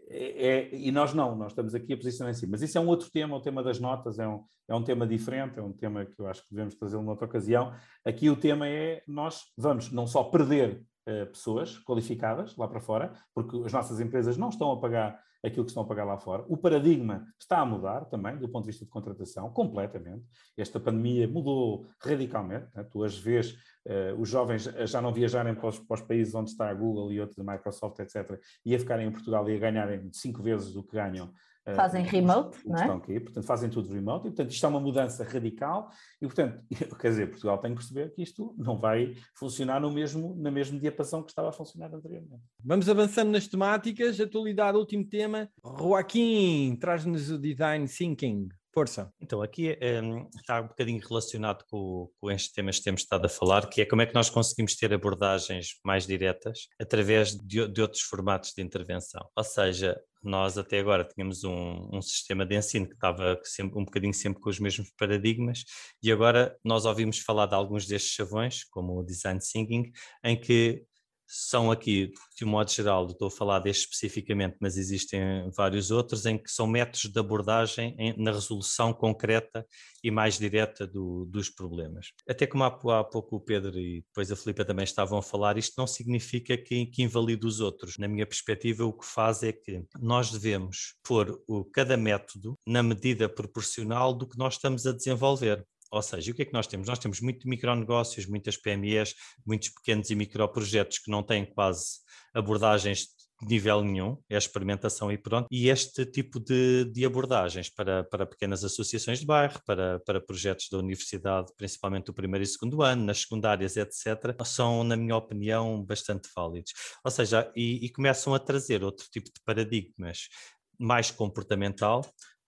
e nós não, nós estamos aqui a posicionar em si. Mas isso é um outro tema, o tema das notas é um tema diferente, é um tema que eu acho que devemos trazê-lo noutra ocasião. Aqui o tema é, nós vamos não só perder pessoas qualificadas lá para fora, porque as nossas empresas não estão a pagar aquilo que estão a pagar lá fora. O paradigma está a mudar também, do ponto de vista de contratação, completamente. Esta pandemia mudou radicalmente. Né? Tu às vezes os jovens já não viajarem para os países onde está a Google e outros, a Microsoft, etc., e a ficarem em Portugal e a ganharem 5 vezes o que ganham. Fazem remote, não é? Aqui, portanto, fazem tudo remote, e portanto isto é uma mudança radical, e portanto, quer dizer, Portugal tem que perceber que isto não vai funcionar na mesma diapasão que estava a funcionar anteriormente. Vamos avançando nas temáticas, atualidade, último tema. Joaquim, traz-nos o Design Thinking. Força. Então, aqui está um bocadinho relacionado com estes temas que temos estado a falar, que é como é que nós conseguimos ter abordagens mais diretas através de outros formatos de intervenção. Ou seja, nós até agora tínhamos um sistema de ensino que estava sempre, um bocadinho sempre com os mesmos paradigmas, e agora nós ouvimos falar de alguns destes chavões, como o Design Thinking, em que são aqui, de um modo geral, estou a falar deste especificamente, mas existem vários outros, em que são métodos de abordagem na resolução concreta e mais direta dos problemas. Até como há pouco o Pedro e depois a Filipa também estavam a falar, isto não significa que invalide os outros. Na minha perspectiva, o que faz é que nós devemos pôr cada método na medida proporcional do que nós estamos a desenvolver. Ou seja, o que é que nós temos? Nós temos muitos micronegócios, muitas PMEs, muitos pequenos e microprojetos que não têm quase abordagens de nível nenhum, é a experimentação e pronto. E este tipo de abordagens para pequenas associações de bairro, para projetos da universidade, principalmente do primeiro e segundo ano, nas secundárias, etc., são, na minha opinião, bastante válidos. Ou seja, e começam a trazer outro tipo de paradigmas mais comportamental,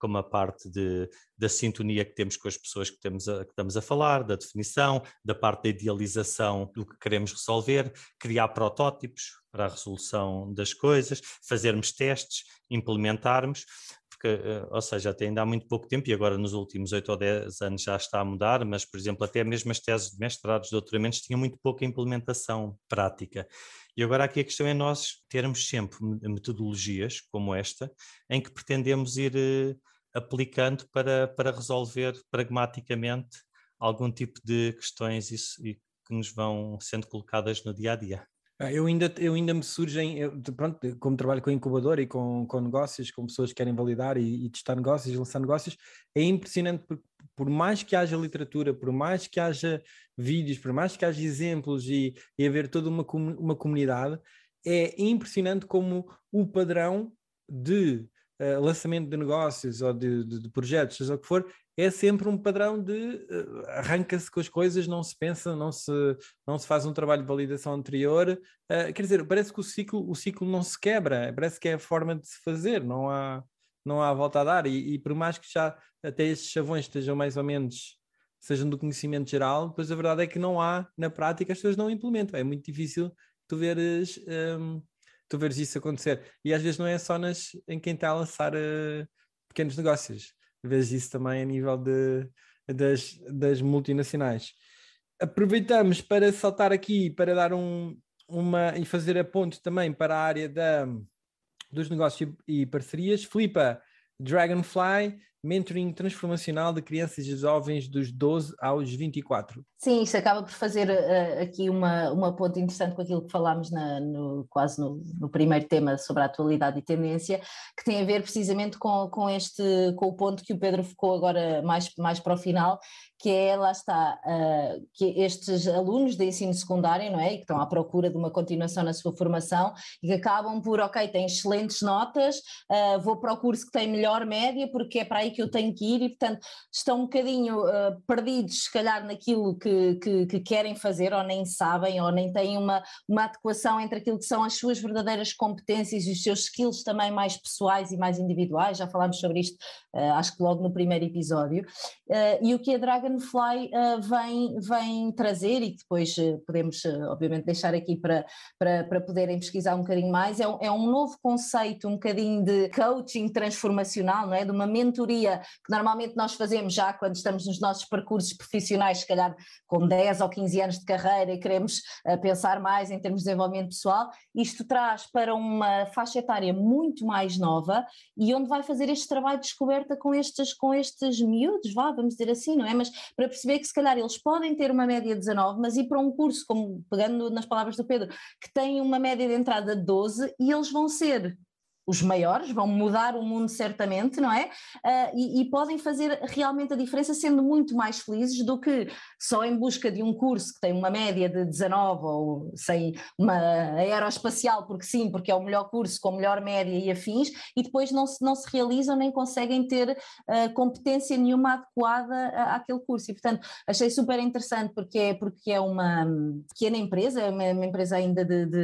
como a parte da sintonia que temos com as pessoas que estamos a falar, da definição, da parte da idealização do que queremos resolver, criar protótipos para a resolução das coisas, fazermos testes, implementarmos, porque, ou seja, até ainda há muito pouco tempo, e agora nos últimos 8 ou 10 anos já está a mudar, mas, por exemplo, até mesmo as teses de mestrados, doutoramentos tinham muito pouca implementação prática. E agora aqui a questão é nós termos sempre metodologias como esta, em que pretendemos ir aplicando para resolver pragmaticamente algum tipo de questões e que nos vão sendo colocadas no dia a dia. Eu ainda me surgem, pronto, como trabalho com incubador e com negócios, com pessoas que querem validar e testar negócios e lançar negócios, é impressionante porque por mais que haja literatura, por mais que haja vídeos, por mais que haja exemplos e haver toda uma comunidade, é impressionante como o padrão de lançamento de negócios ou de projetos, seja o que for, é sempre um padrão de arranca-se com as coisas, não se pensa, não se faz um trabalho de validação anterior. Quer dizer, parece que o ciclo não se quebra, parece que é a forma de se fazer, não há volta a dar. E por mais que já até estes chavões estejam mais ou menos, sejam do conhecimento geral, depois a verdade é que não há, na prática, as pessoas não implementam. É muito difícil tu veres isso acontecer. E às vezes não é só em quem está a lançar pequenos negócios. Vejo isso também a nível das multinacionais. Aproveitamos para saltar aqui, para dar e fazer a ponte também para a área dos negócios e parcerias. Filipa, Dragonfly, mentoring transformacional de crianças e jovens dos 12 aos 24. Sim, isto acaba por fazer aqui uma ponte interessante com aquilo que falámos quase no primeiro tema sobre a atualidade e tendência, que tem a ver precisamente com o ponto que o Pedro focou agora mais para o final, que é, lá está, que estes alunos de ensino secundário, não é, e que estão à procura de uma continuação na sua formação e que acabam por, ok, têm excelentes notas, vou para o curso que tem melhor média porque é para aí que eu tenho que ir e, portanto, estão um bocadinho perdidos, se calhar, naquilo que querem fazer ou nem sabem ou nem têm uma adequação entre aquilo que são as suas verdadeiras competências e os seus skills também mais pessoais e mais individuais. Já falámos sobre isto, acho que logo no primeiro episódio, e o que a Dragonfly vem trazer, e que depois podemos obviamente deixar aqui para poderem pesquisar um bocadinho mais, é um novo conceito, um bocadinho de coaching transformacional, não é? De uma mentoria que normalmente nós fazemos já quando estamos nos nossos percursos profissionais, se calhar com 10 ou 15 anos de carreira e queremos pensar mais em termos de desenvolvimento pessoal. Isto traz para uma faixa etária muito mais nova e onde vai fazer este trabalho de descoberta com estes miúdos, vamos dizer assim, não é? Mas para perceber que se calhar eles podem ter uma média de 19, mas ir para um curso, como pegando nas palavras do Pedro, que tem uma média de entrada de 12 e eles vão ser os maiores, vão mudar o mundo certamente, não é? E podem fazer realmente a diferença sendo muito mais felizes do que só em busca de um curso que tem uma média de 19 ou sei, uma aeroespacial, porque sim, porque é o melhor curso com melhor média e afins, e depois não se realizam nem conseguem ter competência nenhuma adequada àquele curso. E portanto achei super interessante porque é uma pequena empresa, é uma empresa ainda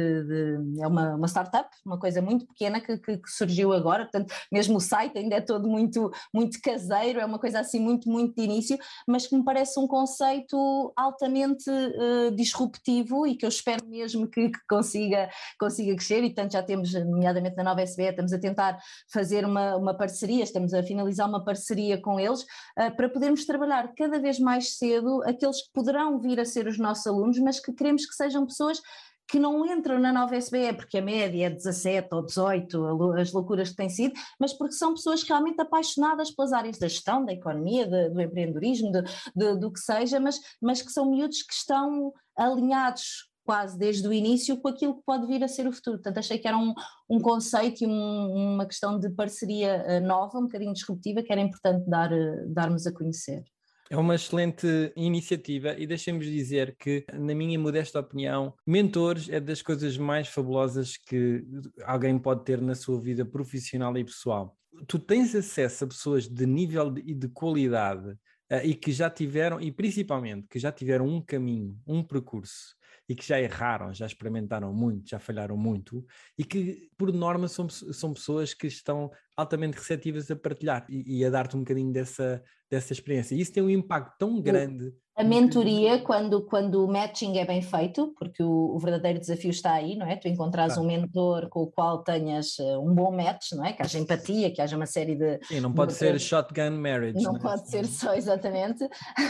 é uma startup, uma coisa muito pequena que surgiu agora, portanto mesmo o site ainda é todo muito, muito caseiro, é uma coisa assim muito, muito de início, mas que me parece um conceito altamente disruptivo e que eu espero mesmo que consiga crescer, e portanto já temos, nomeadamente na Nova SBE, estamos a tentar fazer uma parceria, estamos a finalizar uma parceria com eles para podermos trabalhar cada vez mais cedo aqueles que poderão vir a ser os nossos alunos, mas que queremos que sejam pessoas que não entram na Nova SBE porque a média é 17 ou 18, as loucuras que têm sido, mas porque são pessoas realmente apaixonadas pelas áreas da gestão, da economia, do empreendedorismo, do que seja, mas que são miúdos que estão alinhados quase desde o início com aquilo que pode vir a ser o futuro. Portanto, achei que era um conceito e uma questão de parceria nova, um bocadinho disruptiva, que era importante darmos a conhecer. É uma excelente iniciativa e deixem-me dizer que, na minha modesta opinião, mentores é das coisas mais fabulosas que alguém pode ter na sua vida profissional e pessoal. Tu tens acesso a pessoas de nível e de qualidade e que já tiveram, e principalmente que já tiveram um caminho, um percurso, e que já erraram, já experimentaram muito, já falharam muito e que, por norma, são pessoas que estão altamente receptivas a partilhar e a dar-te um bocadinho dessa experiência. E isso tem um impacto tão grande. A mentoria, quando o matching é bem feito, porque o verdadeiro desafio está aí, não é? Tu encontrares um mentor com o qual tenhas um bom match, não é? Que haja empatia, que haja uma série de... Sim, não pode ser shotgun marriage. Não pode ser só, exatamente.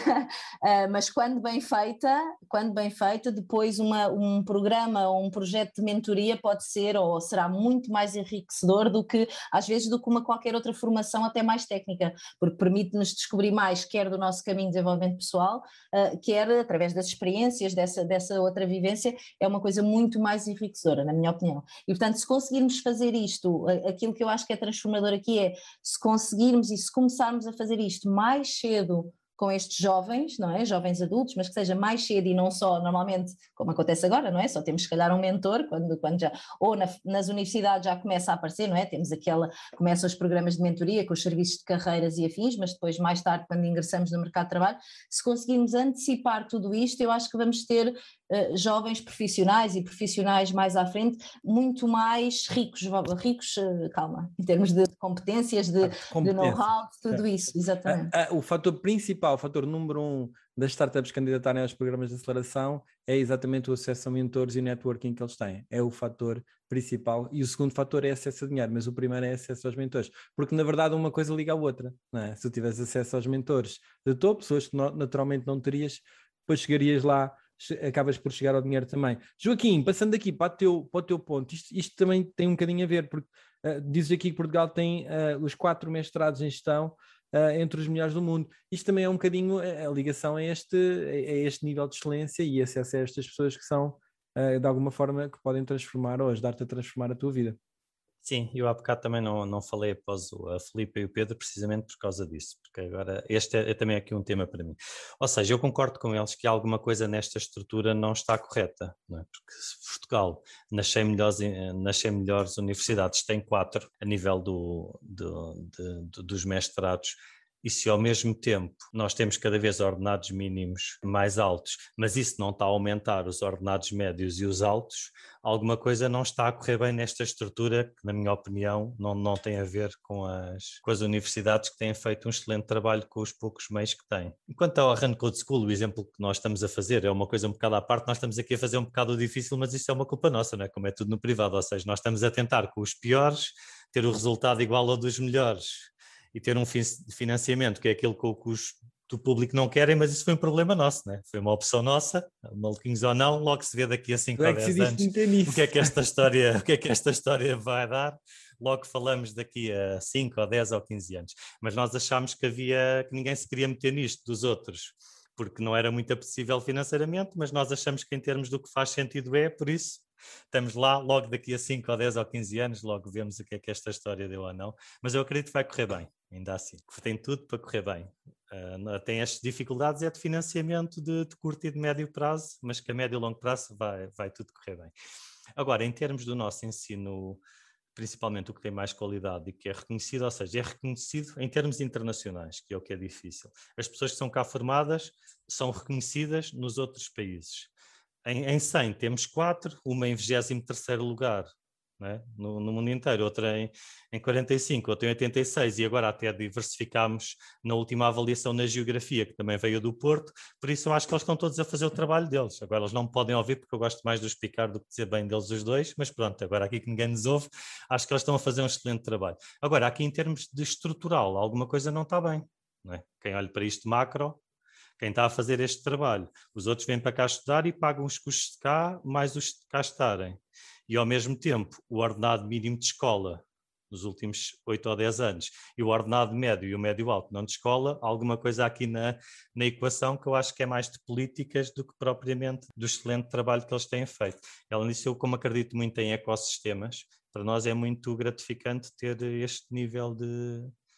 Mas quando bem feita, depois um programa ou um projeto de mentoria pode ser ou será muito mais enriquecedor do que, às vezes, do que qualquer outra formação até mais técnica, porque permite-nos descobrir mais, quer do nosso caminho de desenvolvimento pessoal, quer através das experiências dessa outra vivência, é uma coisa muito mais enriquecedora, na minha opinião. E, portanto, se conseguirmos fazer isto, aquilo que eu acho que é transformador aqui é, se conseguirmos e se começarmos a fazer isto mais cedo com estes jovens, não é? Jovens adultos, mas que seja mais cedo e não só, normalmente, como acontece agora, não é? Só temos, se calhar, um mentor, quando já, ou nas universidades já começa a aparecer, não é? Começam os programas de mentoria com os serviços de carreiras e afins, mas depois, mais tarde, quando ingressamos no mercado de trabalho, se conseguirmos antecipar tudo isto, eu acho que vamos ter jovens profissionais e profissionais mais à frente, muito mais ricos, calma, em termos de competências, de know-how, tudo isso, exatamente. O fator principal, o fator número 1 das startups candidatarem aos programas de aceleração é exatamente o acesso a mentores e o networking que eles têm. É o fator principal. E o segundo fator é acesso a dinheiro, mas o primeiro é acesso aos mentores. Porque, na verdade, uma coisa liga à outra, não é? Se tu tivesse acesso aos mentores de topo, pessoas que naturalmente não terias, depois chegarias lá, acabas por chegar ao dinheiro também. Joaquim, passando aqui para o teu ponto, isto também tem um bocadinho a ver, porque dizes aqui que Portugal tem os 4 mestrados em gestão entre os melhores do mundo. Isto também é um bocadinho a ligação a este nível de excelência e acesso a estas pessoas que são, de alguma forma, que podem transformar ou ajudar-te a transformar a tua vida. Sim, eu há bocado também não falei após a Filipa e o Pedro precisamente por causa disso, porque agora este é também aqui um tema para mim. Ou seja, eu concordo com eles que alguma coisa nesta estrutura não está correta, não é? Porque se Portugal, nas 100 melhores universidades, tem 4 a nível dos mestrados, e se ao mesmo tempo nós temos cada vez ordenados mínimos mais altos, mas isso não está a aumentar os ordenados médios e os altos, alguma coisa não está a correr bem nesta estrutura, que na minha opinião não tem a ver com as universidades que têm feito um excelente trabalho com os poucos meios que têm. Enquanto ao Run Code School, o exemplo que nós estamos a fazer é uma coisa um bocado à parte, nós estamos aqui a fazer um bocado difícil, mas isso é uma culpa nossa, não é? Como é tudo no privado, ou seja, nós estamos a tentar com os piores ter o resultado igual ao dos melhores e ter um financiamento que é aquilo que os do público não querem, mas isso foi um problema nosso, né? Foi uma opção nossa, maluquinhos ou não, logo se vê daqui a 5 ou 10 anos o que é que esta história vai dar, logo falamos daqui a 5 ou 10 ou 15 anos. Mas nós achámos que ninguém se queria meter nisto dos outros, porque não era muito apetecível financeiramente, mas nós achamos que em termos do que faz sentido por isso estamos lá, logo daqui a 5 ou 10 ou 15 anos, logo vemos o que é que esta história deu ou não, mas eu acredito que vai correr bem, ainda assim, tem tudo para correr bem. Tem as dificuldades de financiamento de curto e de médio prazo, mas que a médio e longo prazo vai tudo correr bem. Agora, em termos do nosso ensino, principalmente o que tem mais qualidade e que é reconhecido, ou seja, é reconhecido em termos internacionais, que é o que é difícil. As pessoas que são cá formadas são reconhecidas nos outros países. Em 100 temos 4, uma em 23º lugar, né? no mundo inteiro, outra em 45, outra em 86 e agora até diversificámos na última avaliação na geografia, que também veio do Porto, por isso eu acho que eles estão todos a fazer o trabalho deles. Agora eles não me podem ouvir porque eu gosto mais de os explicar do que dizer bem deles os dois, mas pronto, agora aqui que ninguém nos ouve, acho que eles estão a fazer um excelente trabalho. Agora, aqui em termos de estrutural, alguma coisa não está bem, não é? Quem olha para isto macro, quem está a fazer este trabalho, os outros vêm para cá estudar e pagam os custos de cá, mais os de cá estarem. E ao mesmo tempo, o ordenado mínimo de escola, nos últimos 8 ou 10 anos, e o ordenado médio e o médio alto não de escola, alguma coisa aqui na equação que eu acho que é mais de políticas do que propriamente do excelente trabalho que eles têm feito. Além disso, eu como acredito muito em ecossistemas, para nós é muito gratificante ter este nível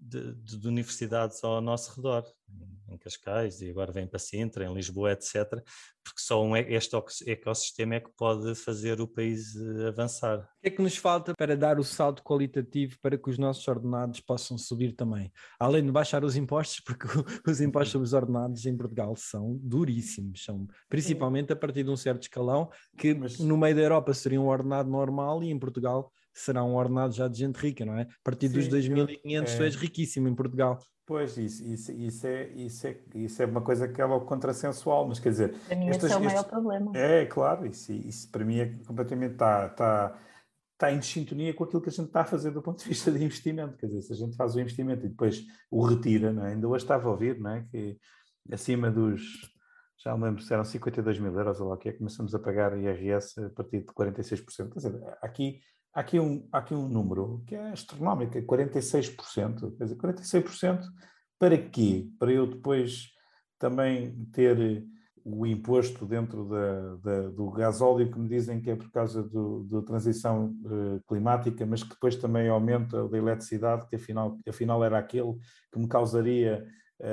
de universidades ao nosso redor, em Cascais, e agora vem para Sintra, em Lisboa, etc., porque só este ecossistema é que pode fazer o país avançar. O que é que nos falta para dar o salto qualitativo para que os nossos ordenados possam subir também? Além de baixar os impostos, porque os impostos sobre os ordenados em Portugal são duríssimos, são principalmente a partir de um certo escalão, que no meio da Europa seria um ordenado normal e em Portugal será um ordenado já de gente rica, não é? A partir dos 2.500 tu és riquíssimo em Portugal. Pois, isso é uma coisa que é logo contrassensual, mas quer dizer... Para mim esse é o maior problema. É, claro, isso para mim é completamente... Está em sintonia com aquilo que a gente está a fazer do ponto de vista de investimento. Quer dizer, se a gente faz o investimento e depois o retira, não é? Ainda hoje estava a ouvir, não é? Que acima dos... Já me lembro se eram 52 mil euros, ou lá que é, começamos a pagar IRS a partir de 46%. Quer dizer, há aqui um número que é astronómico, é 46%. Quer dizer, 46% para quê? Para eu depois também ter o imposto dentro do gasóleo, que me dizem que é por causa da transição climática, mas que depois também aumenta o da eletricidade, que afinal era aquele que me causaria...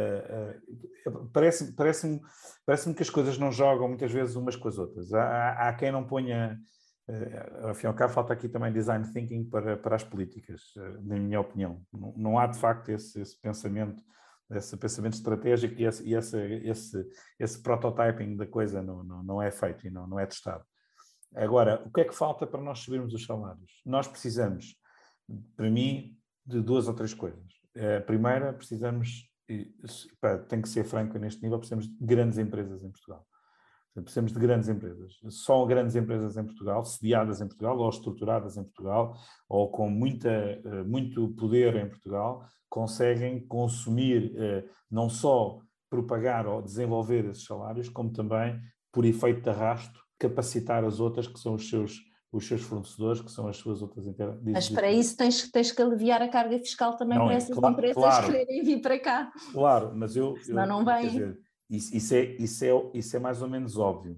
Parece-me que as coisas não jogam muitas vezes umas com as outras. Há quem não ponha... Afinal, ao cabo, falta aqui também design thinking para as políticas, na minha opinião. Não há, de facto, esse pensamento estratégico e esse prototyping da coisa não é feito e não é testado. Agora, o que é que falta para nós subirmos os salários? Nós precisamos, para mim, de 2 ou 3 coisas. A primeira, tem que ser franco neste nível, precisamos de grandes empresas em Portugal. Precisamos de grandes empresas. Só grandes empresas em Portugal, sediadas em Portugal, ou estruturadas em Portugal, ou com muito poder em Portugal, conseguem consumir, não só propagar ou desenvolver esses salários, como também, por efeito de arrasto, capacitar as outras, que são os seus fornecedores, que são as suas outras empresas. Mas para isso tens que aliviar a carga fiscal também para essas empresas quererem vir para cá. Claro, mas senão não vem. Quer dizer, isso é mais ou menos óbvio.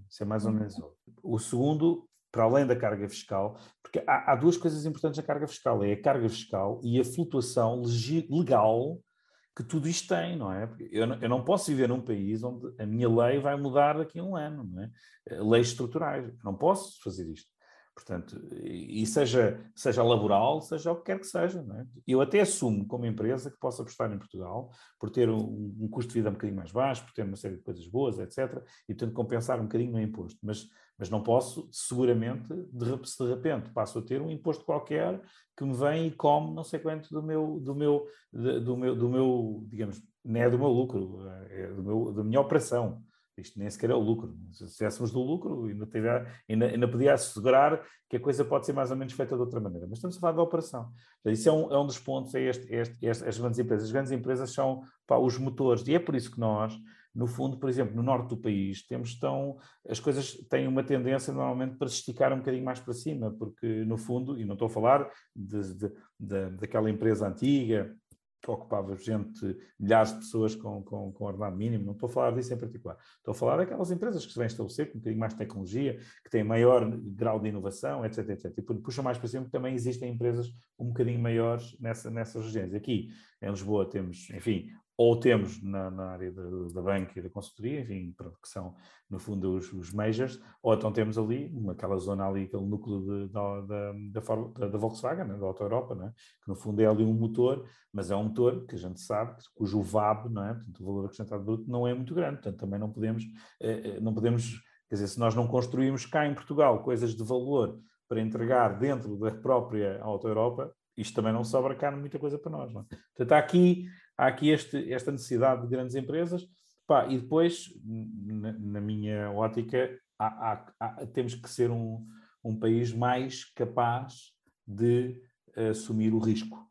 O segundo, para além da carga fiscal, porque há 2 coisas importantes na carga fiscal, é a carga fiscal e a flutuação legal que tudo isto tem, não é? Porque eu não posso viver num país onde a minha lei vai mudar daqui a um ano, não é? Leis estruturais, eu não posso fazer isto. Portanto, e seja laboral, seja o que quer que seja, não é? Eu até assumo como empresa que posso apostar em Portugal por ter um custo de vida um bocadinho mais baixo, por ter uma série de coisas boas, etc. E portanto compensar um bocadinho no imposto. Mas não posso, seguramente, se de repente passo a ter um imposto qualquer que me vem e come não sei quanto do meu digamos, não é do meu lucro, é da minha operação. Isto nem sequer é o lucro. Se estivéssemos do lucro, ainda podia assegurar que a coisa pode ser mais ou menos feita de outra maneira. Mas estamos a falar da operação. Isso é um dos pontos, as grandes empresas. As grandes empresas são os motores. E é por isso que nós, no fundo, por exemplo, no norte do país, as coisas têm uma tendência normalmente para se esticar um bocadinho mais para cima, porque no fundo, e não estou a falar daquela empresa antiga, que ocupava milhares de pessoas com ordenado mínimo, não estou a falar disso em particular. Estou a falar daquelas empresas que se vêm estabelecer com um bocadinho mais de tecnologia, que têm maior grau de inovação, etc, etc. E puxam mais para cima, também existem empresas um bocadinho maiores nessas regiões. Aqui, em Lisboa, temos, enfim, ou temos na área da banca e da consultoria, enfim, que são, no fundo, os majors, ou então temos ali, aquela zona ali, aquele núcleo da Volkswagen, né, da Auto Europa, né, que no fundo é ali um motor, mas é um motor que a gente sabe, cujo VAB, não é? Portanto, o valor acrescentado bruto, não é muito grande, portanto também não podemos, quer dizer, se nós não construímos cá em Portugal coisas de valor para entregar dentro da própria Auto Europa, isto também não sobra cá muita coisa para nós, não é? Portanto, há aqui esta necessidade de grandes empresas, e depois, na minha ótica, temos que ser um país mais capaz de assumir o risco.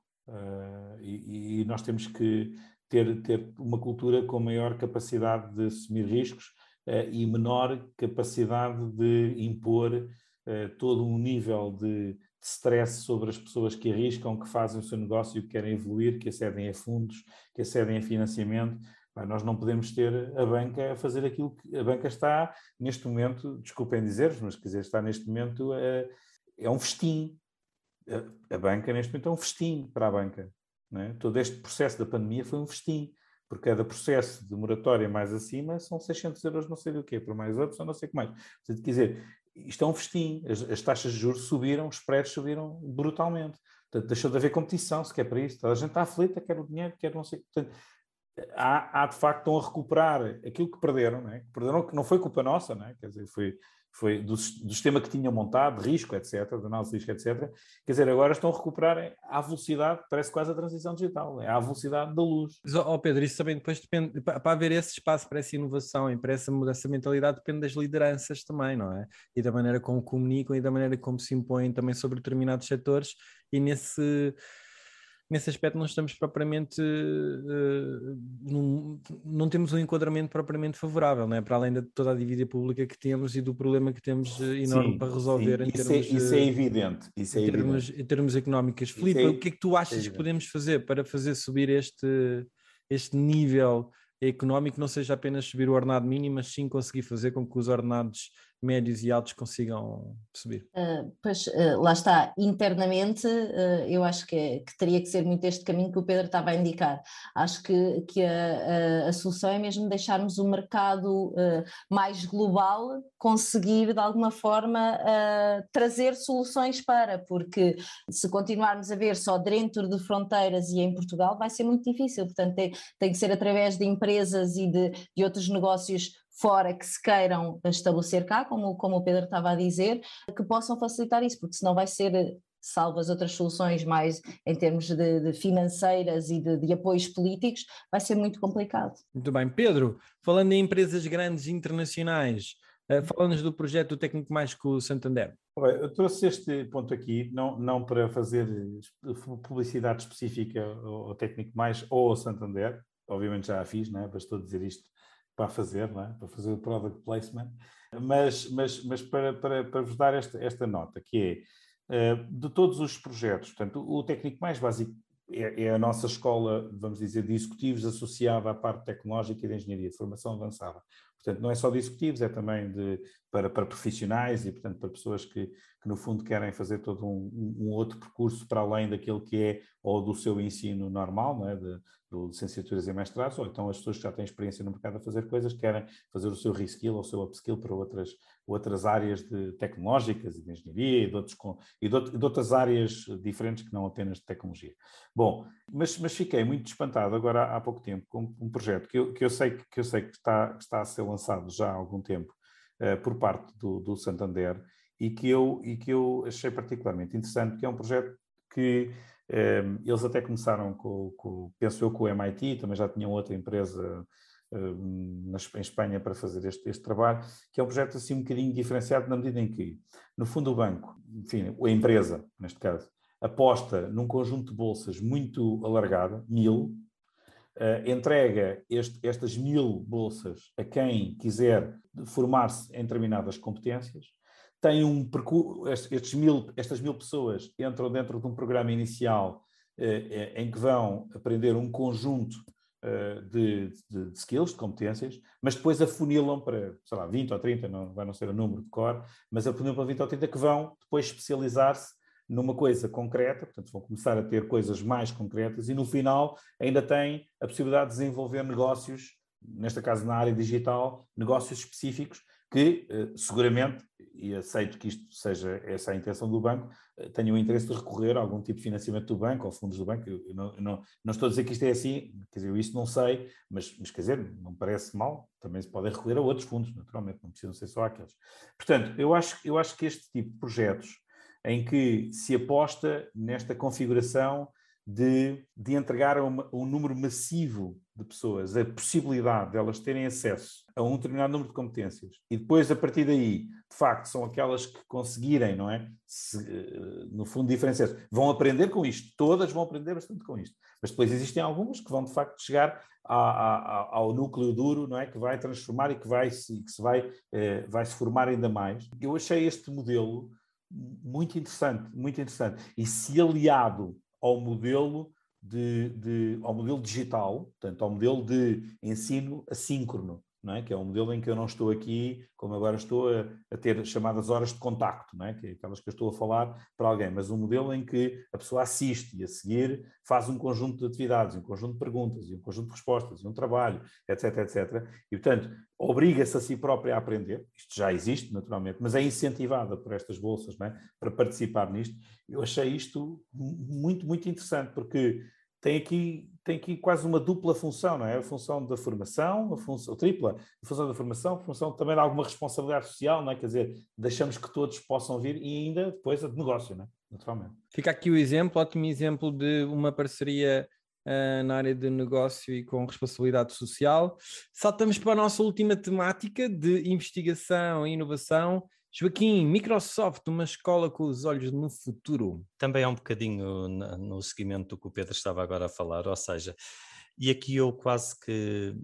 E nós temos que ter uma cultura com maior capacidade de assumir riscos e menor capacidade de impor todo um nível de stress sobre as pessoas que arriscam, que fazem o seu negócio, que querem evoluir, que acedem a fundos, que acedem a financiamento. Nós não podemos ter a banca a fazer aquilo que a banca está, neste momento, desculpem dizer-vos, mas quer dizer, está neste momento, é um festim. A banca, neste momento, é um festim para a banca. não é? Todo este processo da pandemia foi um festim, porque cada processo de moratória mais acima são 600 euros não sei do quê, por mais outros, ou não sei o que mais. Portanto, quer dizer, isto é um festim, as taxas de juros subiram, os spreads subiram brutalmente. Portanto, deixou de haver competição, se quer para isso. Toda a gente está aflita, quer o dinheiro, quer não sei. Portanto, há de facto, estão a recuperar aquilo que perderam, não é? Que perderam, que não foi culpa nossa, não é? Quer dizer, foi do sistema que tinham montado, de risco, etc., de análise de risco, etc. Quer dizer, agora estão a recuperar à velocidade, parece quase a transição digital, é à velocidade da luz. Pedro, isso também depois depende, para haver esse espaço para essa inovação e para essa mudança de mentalidade, depende das lideranças também, não é? E da maneira como comunicam e da maneira como se impõem também sobre determinados setores, e nesse aspecto não estamos propriamente, não temos um enquadramento propriamente favorável, não é? Para além de toda a dívida pública que temos e do problema que temos enorme Sim, para resolver sim. em termos Isso é evidente. Isso é evidente. em termos económicos. Filipe, o que é que tu achas que podemos fazer para fazer subir este nível económico, não seja apenas subir o ordenado mínimo, mas sim conseguir fazer com que os ordenados médios e altos consigam subir? Lá está, internamente, eu acho que teria que ser muito este caminho que o Pedro estava a indicar. Acho que a solução é mesmo deixarmos o mercado mais global conseguir, de alguma forma, trazer soluções porque se continuarmos a ver só dentro de fronteiras e em Portugal, vai ser muito difícil. Portanto, tem que ser através de empresas e de outros negócios fora que se queiram estabelecer cá, como o Pedro estava a dizer, que possam facilitar isso, porque senão vai ser, salvo as outras soluções mais em termos de financeiras e de apoios políticos, vai ser muito complicado. Muito bem. Pedro, falando em empresas grandes internacionais, fala-nos do projeto do Técnico Mais com o Santander. Eu trouxe este ponto aqui, não para fazer publicidade específica ao Técnico Mais ou ao Santander, obviamente já a fiz, não é? Bastou dizer isto para fazer, não é? Para fazer o product placement, mas para vos dar esta nota, que é, de todos os projetos, portanto, o Técnico Mais básico é a nossa escola, vamos dizer, de executivos associada à parte tecnológica e de engenharia, de formação avançada. Portanto, não é só de executivos, é também para profissionais e, portanto, para pessoas que no fundo querem fazer todo um outro percurso para além daquele que é ou do seu ensino normal, não é? de licenciaturas e mestrados, ou então as pessoas que já têm experiência no mercado a fazer coisas, querem fazer o seu reskill ou o seu upskill para outras áreas tecnológicas e de engenharia e de outras áreas diferentes que não apenas de tecnologia. Bom, mas fiquei muito espantado agora há pouco tempo com um projeto que eu sei que está a ser lançado já há algum tempo por parte do Santander e que eu achei particularmente interessante, que é um projeto que eles até começaram penso eu, com o MIT, também já tinham outra empresa em Espanha para fazer este trabalho, que é um projeto assim um bocadinho diferenciado na medida em que, no fundo, o banco, enfim, a empresa, neste caso, aposta num conjunto de bolsas muito alargado, 1000, entrega estas 1000 bolsas a quem quiser formar-se em determinadas competências, tem um percurso, estas 1000 pessoas entram dentro de um programa inicial em que vão aprender um conjunto de skills, de competências, mas depois afunilam para, sei lá, 20 ou 30, vai não ser o número de cor, mas afunilam para 20 ou 30 que vão depois especializar-se numa coisa concreta, portanto vão começar a ter coisas mais concretas e no final ainda têm a possibilidade de desenvolver negócios, neste caso na área digital, negócios específicos que seguramente, e aceito que isto seja essa a intenção do banco, tenham o interesse de recorrer a algum tipo de financiamento do banco ou fundos do banco. Eu não estou a dizer que isto é assim, quer dizer, eu isso não sei, mas quer dizer, não parece mal, também se podem recorrer a outros fundos, naturalmente, não precisam ser só aqueles. Portanto, eu acho que este tipo de projetos em que se aposta nesta configuração de entregar a um número massivo de pessoas a possibilidade de elas terem acesso a um determinado número de competências e depois, a partir daí, de facto, são aquelas que conseguirem, não é? No fundo, diferenciar-se. Vão aprender com isto, todas vão aprender bastante com isto, mas depois existem algumas que vão, de facto, chegar ao núcleo duro, não é? Que vai transformar e que vai se formar ainda mais. Eu achei este modelo muito interessante, muito interessante. E se aliado ao modelo ao modelo digital, portanto, ao modelo de ensino assíncrono, não é? Que é um modelo em que eu não estou aqui, como agora estou a ter chamadas horas de contacto, não é? Que é aquelas que eu estou a falar para alguém, mas um modelo em que a pessoa assiste e a seguir faz um conjunto de atividades, um conjunto de perguntas, e um conjunto de respostas, e um trabalho, etc, etc. E, portanto, obriga-se a si própria a aprender. Isto já existe, naturalmente, mas é incentivada por estas bolsas, não é? Para participar nisto. Eu achei isto muito, muito interessante, porque tem aqui quase uma dupla função, não é? A função da formação, a tripla, a função da formação, a função também de alguma responsabilidade social, não é? Quer dizer, deixamos que todos possam vir e ainda depois a de negócio, não é? Naturalmente. Fica aqui o exemplo, ótimo exemplo de uma parceria na área de negócio e com responsabilidade social. Saltamos para a nossa última temática de investigação e inovação. Joaquim, Microsoft, uma escola com os olhos no futuro. Também é um bocadinho no seguimento do que o Pedro estava agora a falar, ou seja, e aqui eu quase que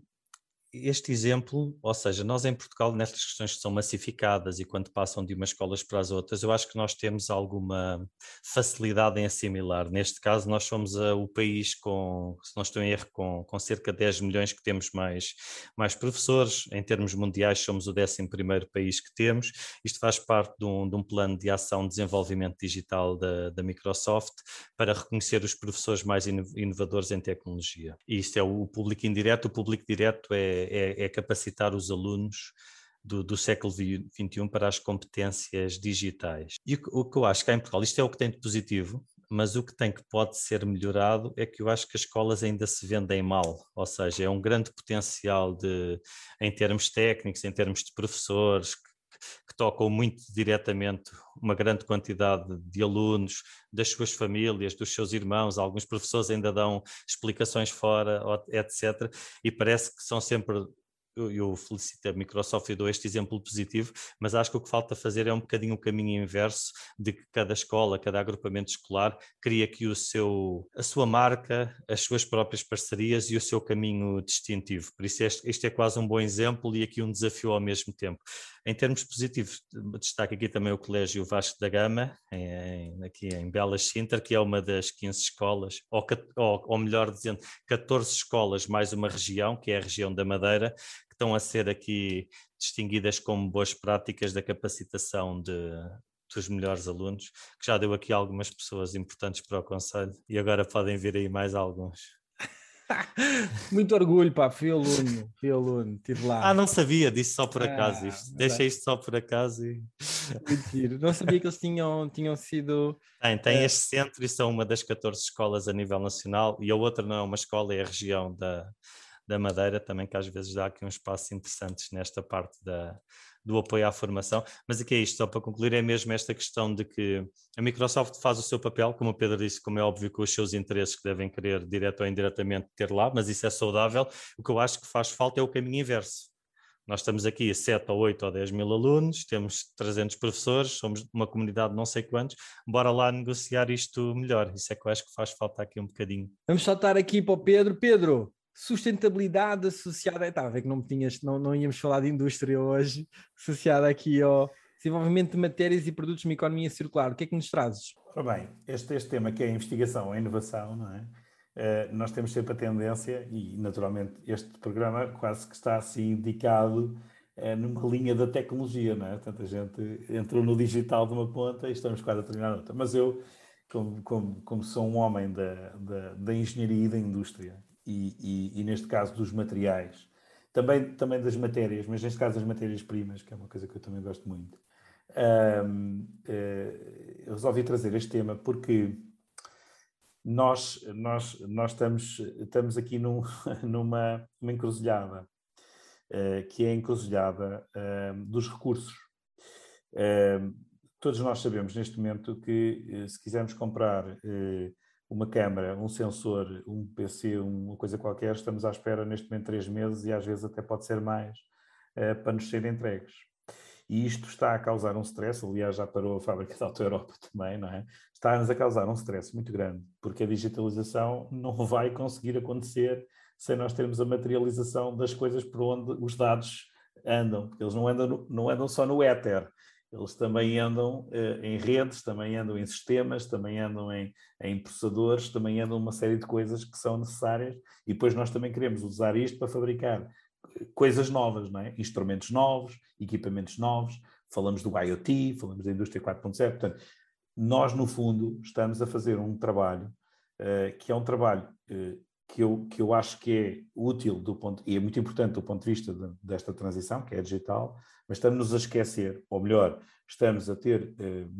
este exemplo, ou seja, nós em Portugal, nestas questões que são massificadas e quando passam de umas escolas para as outras, eu acho que nós temos alguma facilidade em assimilar. Neste caso, nós somos o país com, se não estou em erro, com cerca de 10 milhões que temos mais professores. Em termos mundiais, somos o 11º país que temos. Isto faz parte de um plano de ação de desenvolvimento digital da Microsoft para reconhecer os professores mais inovadores em tecnologia. E isto é o público indireto. O público direto é capacitar os alunos do século XXI para as competências digitais. E o que eu acho que há em Portugal, isto é o que tem de positivo, mas o que tem que pode ser melhorado é que eu acho que as escolas ainda se vendem mal, ou seja, é um grande potencial em termos técnicos, em termos de professores, que tocam muito diretamente uma grande quantidade de alunos, das suas famílias, dos seus irmãos. Alguns professores ainda dão explicações fora, etc. E parece que são sempre... Eu felicito a Microsoft e dou este exemplo positivo, mas acho que o que falta fazer é um bocadinho o caminho inverso, de que cada escola, cada agrupamento escolar cria aqui a sua marca, as suas próprias parcerias e o seu caminho distintivo. Por isso este é quase um bom exemplo e aqui um desafio ao mesmo tempo. Em termos positivos, destaco aqui também o Colégio Vasco da Gama, aqui em Belas Sintra, que é uma das 15 escolas, ou melhor dizendo, 14 escolas mais uma região, que é a região da Madeira, que estão a ser aqui distinguidas como boas práticas da capacitação dos melhores alunos, que já deu aqui algumas pessoas importantes para o Conselho e agora podem vir aí mais alguns. Muito orgulho, pá, fui aluno, estive lá. Não sabia disso só por acaso, deixei isto só por acaso. Muito giro. Não sabia que eles tinham sido... Tem este centro e são uma das 14 escolas a nível nacional e a outra não é uma escola, é a região da Madeira, também que às vezes dá aqui uns passos interessantes nesta parte do apoio à formação, mas aqui é isto, só para concluir, é mesmo esta questão de que a Microsoft faz o seu papel, como o Pedro disse, como é óbvio com os seus interesses que devem querer, direto ou indiretamente, ter lá, mas isso é saudável. O que eu acho que faz falta é o caminho inverso. Nós estamos aqui a 7 ou 8 ou 10 mil alunos, temos 300 professores, somos uma comunidade de não sei quantos, bora lá negociar isto melhor. Isso é que eu acho que faz falta aqui um bocadinho. Vamos saltar aqui para o Pedro. Pedro, sustentabilidade associada... Estava a ver que não íamos falar de indústria hoje, associada aqui ao desenvolvimento de matérias e produtos de uma economia circular. O que é que nos trazes? Ora bem, este tema que é a investigação, a inovação, não é? Nós temos sempre a tendência, e naturalmente este programa quase que está assim indicado numa linha da tecnologia, não é? Tanta gente entrou no digital de uma ponta e estamos quase a terminar outra. Mas eu, como sou um homem da engenharia e da indústria, e neste caso dos materiais, também das matérias, mas neste caso das matérias-primas, que é uma coisa que eu também gosto muito, eu resolvi trazer este tema porque nós estamos aqui numa encruzilhada, que é a encruzilhada dos recursos. Todos nós sabemos neste momento que se quisermos comprar uma câmara, um sensor, um PC, uma coisa qualquer, estamos à espera neste momento 3 meses e às vezes até pode ser mais para nos serem entregues. E isto está a causar um stress, aliás já parou a fábrica da Auto Europa também, não é? Está-nos a causar um stress muito grande, porque a digitalização não vai conseguir acontecer sem nós termos a materialização das coisas por onde os dados andam, porque eles não andam só no éter, eles também andam em redes, também andam em sistemas, também andam em processadores, também andam uma série de coisas que são necessárias e depois nós também queremos usar isto para fabricar coisas novas, não é? Instrumentos novos, equipamentos novos, falamos do IoT, falamos da indústria 4.0, portanto, nós, no fundo, estamos a fazer um trabalho que é um trabalho que eu acho que é útil e é muito importante do ponto de vista desta transição, que é digital, mas estamos-nos a esquecer, ou melhor, estamos a ter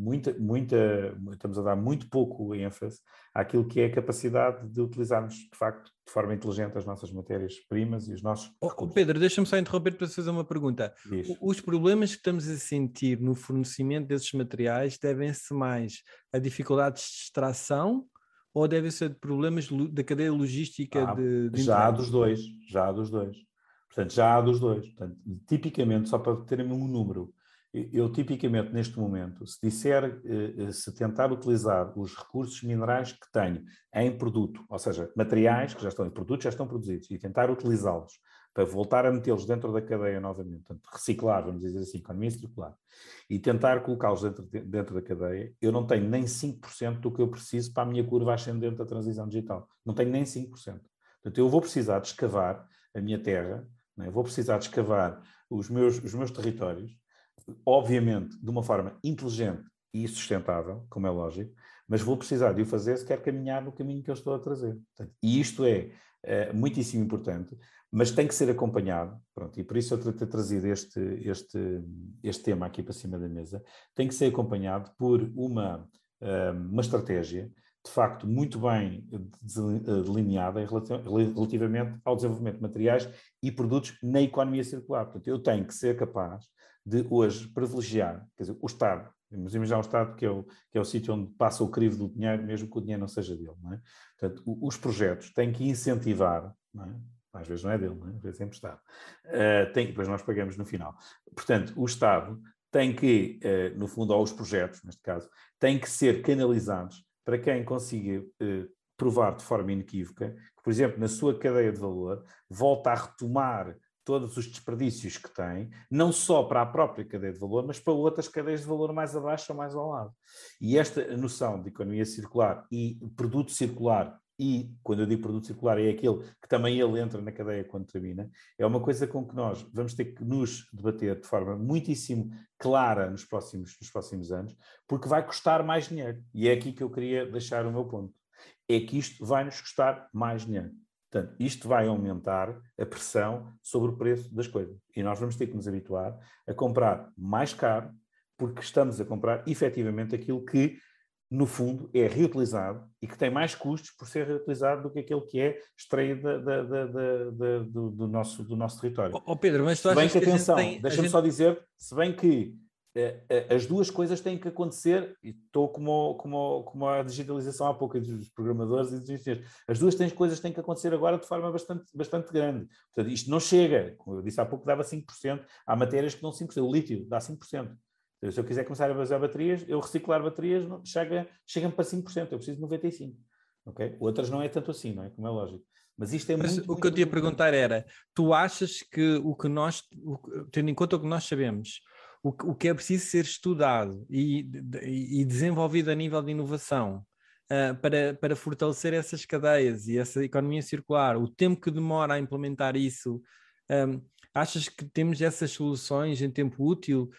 estamos a dar muito pouco ênfase àquilo que é a capacidade de utilizarmos, de facto, de forma inteligente as nossas matérias-primas e os nossos recursos. Pedro, deixa-me só interromper para fazer uma pergunta. Diz. Os problemas que estamos a sentir no fornecimento desses materiais devem-se mais a dificuldades de extração ou devem ser problemas da cadeia logística de já há dos dois. Portanto, já há dos dois. Portanto, tipicamente, só para terem um número, eu tipicamente neste momento, se tentar utilizar os recursos minerais que tenho em produto, ou seja, materiais que já estão em produto, já estão produzidos, e tentar utilizá-los para voltar a metê-los dentro da cadeia novamente, portanto, reciclar, vamos dizer assim, economia circular, e tentar colocá-los dentro da cadeia, eu não tenho nem 5% do que eu preciso para a minha curva ascendente da transição digital. Não tenho nem 5%. Portanto, eu vou precisar de escavar a minha terra, né? Vou precisar de escavar os meus territórios, obviamente de uma forma inteligente e sustentável, como é lógico, mas vou precisar de o fazer se quer caminhar no caminho que eu estou a trazer. Portanto, e isto é muitíssimo importante, mas tem que ser acompanhado, pronto, e por isso eu ter trazido este tema aqui para cima da mesa, tem que ser acompanhado por uma estratégia, de facto, muito bem delineada relativamente ao desenvolvimento de materiais e produtos na economia circular. Portanto, eu tenho que ser capaz de hoje privilegiar, quer dizer, o Estado, vamos imaginar o Estado que é o sítio onde passa o crivo do dinheiro, mesmo que o dinheiro não seja dele, não é? Portanto, os projetos têm que incentivar, não é? Às vezes não é dele, não é? Às vezes é emprestado. Depois nós pagamos no final. Portanto, o Estado tem que, no fundo, ou os projetos, neste caso, têm que ser canalizados para quem consiga provar de forma inequívoca que, por exemplo, na sua cadeia de valor, volta a retomar todos os desperdícios que tem, não só para a própria cadeia de valor, mas para outras cadeias de valor mais abaixo ou mais ao lado. E esta noção de economia circular e produto circular, e quando eu digo produto circular é aquele que também ele entra na cadeia quando termina, é uma coisa com que nós vamos ter que nos debater de forma muitíssimo clara nos próximos anos, porque vai custar mais dinheiro. E é aqui que eu queria deixar o meu ponto. É que isto vai nos custar mais dinheiro. Portanto, isto vai aumentar a pressão sobre o preço das coisas. E nós vamos ter que nos habituar a comprar mais caro, porque estamos a comprar efetivamente aquilo que, no fundo, é reutilizado e que tem mais custos por ser reutilizado do que aquele que é extraído do nosso território. Pedro, mas tu achas que atenção, deixa-me só dizer, se bem que as duas coisas têm que acontecer, e estou como a digitalização há pouco dos programadores e dos engenheiros, as duas coisas têm que acontecer agora de forma bastante grande. Portanto, isto não chega, como eu disse há pouco, dava 5%, há matérias que dão 5%, o lítio dá 5%. Se eu quiser começar a fazer baterias, eu reciclar baterias chega-me para 5%, eu preciso de 95%. Okay? Outras não é tanto assim, não é? Como é lógico. Mas isto é muito... O que eu te ia perguntar era, tu achas que tendo em conta o que nós sabemos, o que é preciso ser estudado e desenvolvido a nível de inovação para fortalecer essas cadeias e essa economia circular, o tempo que demora a implementar isso, achas que temos essas soluções em tempo útil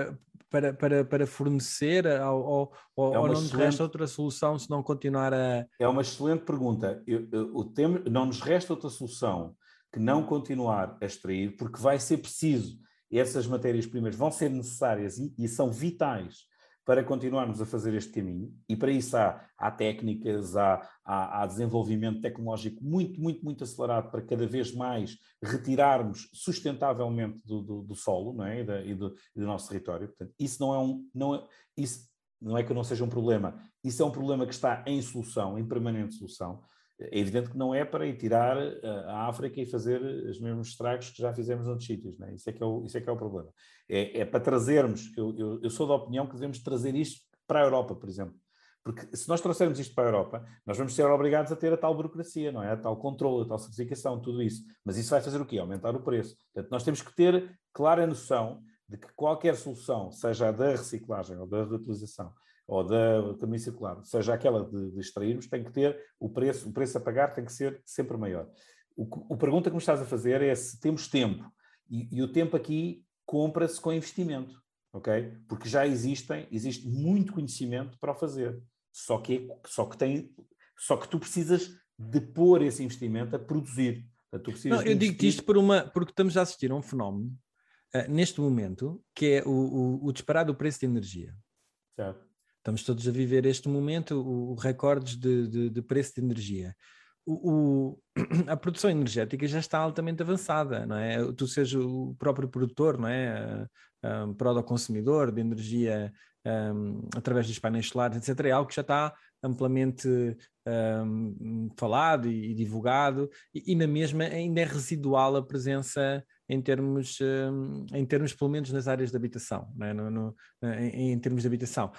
para fornecer ou não nos resta outra solução se não continuar a... É uma excelente pergunta. Não nos resta outra solução que não continuar a extrair, porque vai ser preciso, essas matérias-primas vão ser necessárias e são vitais para continuarmos a fazer este caminho, e para isso há técnicas, há desenvolvimento tecnológico muito acelerado para cada vez mais retirarmos sustentavelmente do solo, não é? e do nosso território. Portanto, isso isso não é que não seja um problema, isso é um problema que está em solução, em permanente solução. É evidente que não é para ir tirar a África e fazer os mesmos estragos que já fizemos noutros sítios, não é? Isso é que é o problema. É para trazermos, eu sou da opinião que devemos trazer isto para a Europa, por exemplo. Porque se nós trouxermos isto para a Europa, nós vamos ser obrigados a ter a tal burocracia, não é? A tal controle, a tal certificação, tudo isso. Mas isso vai fazer o quê? Aumentar o preço. Portanto, nós temos que ter clara noção de que qualquer solução, seja a da reciclagem ou da reutilização, ou da economia circular, seja aquela de extrairmos, tem que ter o preço a pagar tem que ser sempre maior. A pergunta que me estás a fazer é se temos tempo. E o tempo aqui compra-se com investimento, ok? Porque já existe muito conhecimento para o fazer. Só que tu precisas de pôr esse investimento a produzir. Não, eu digo-te isto porque estamos a assistir a um fenómeno, neste momento, que é o disparar do preço de energia. Certo. Estamos todos a viver este momento, o recordes de preço de energia. A produção energética já está altamente avançada, não é? Tu seja o próprio produtor, não é? Para o consumidor de energia através dos painéis solares, etc. É algo que já está amplamente falado e divulgado, e na mesma ainda é residual a presença em termos pelo menos nas áreas de habitação, não é? Em termos de habitação.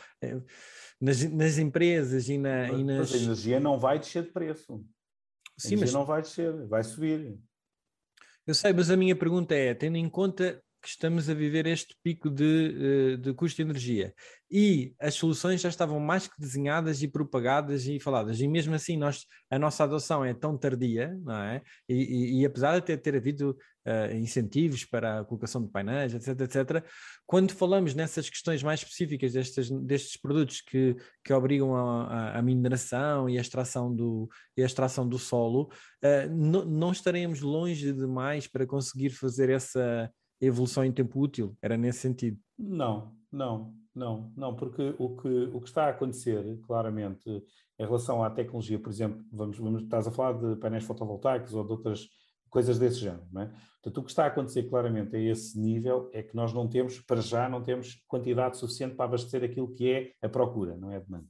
Nas empresas e nas... Mas a energia não vai descer de preço. Sim, mas não vai descer, vai subir. Eu sei, mas a minha pergunta é, tendo em conta que estamos a viver este pico de custo de energia e as soluções já estavam mais que desenhadas e propagadas e faladas, e mesmo assim a nossa adoção é tão tardia, não é? E apesar de ter havido incentivos para a colocação de painéis, etc., quando falamos nessas questões mais específicas destes produtos que obrigam a mineração e a extração do solo, não estaremos longe demais para conseguir fazer essa evolução em tempo útil? Era nesse sentido? Não, porque o que está a acontecer, claramente, em relação à tecnologia, por exemplo, estás a falar de painéis fotovoltaicos ou de outras coisas desse género, não é? Portanto, o que está a acontecer claramente a esse nível é que nós não temos quantidade suficiente para abastecer aquilo que é a procura, não é a demanda,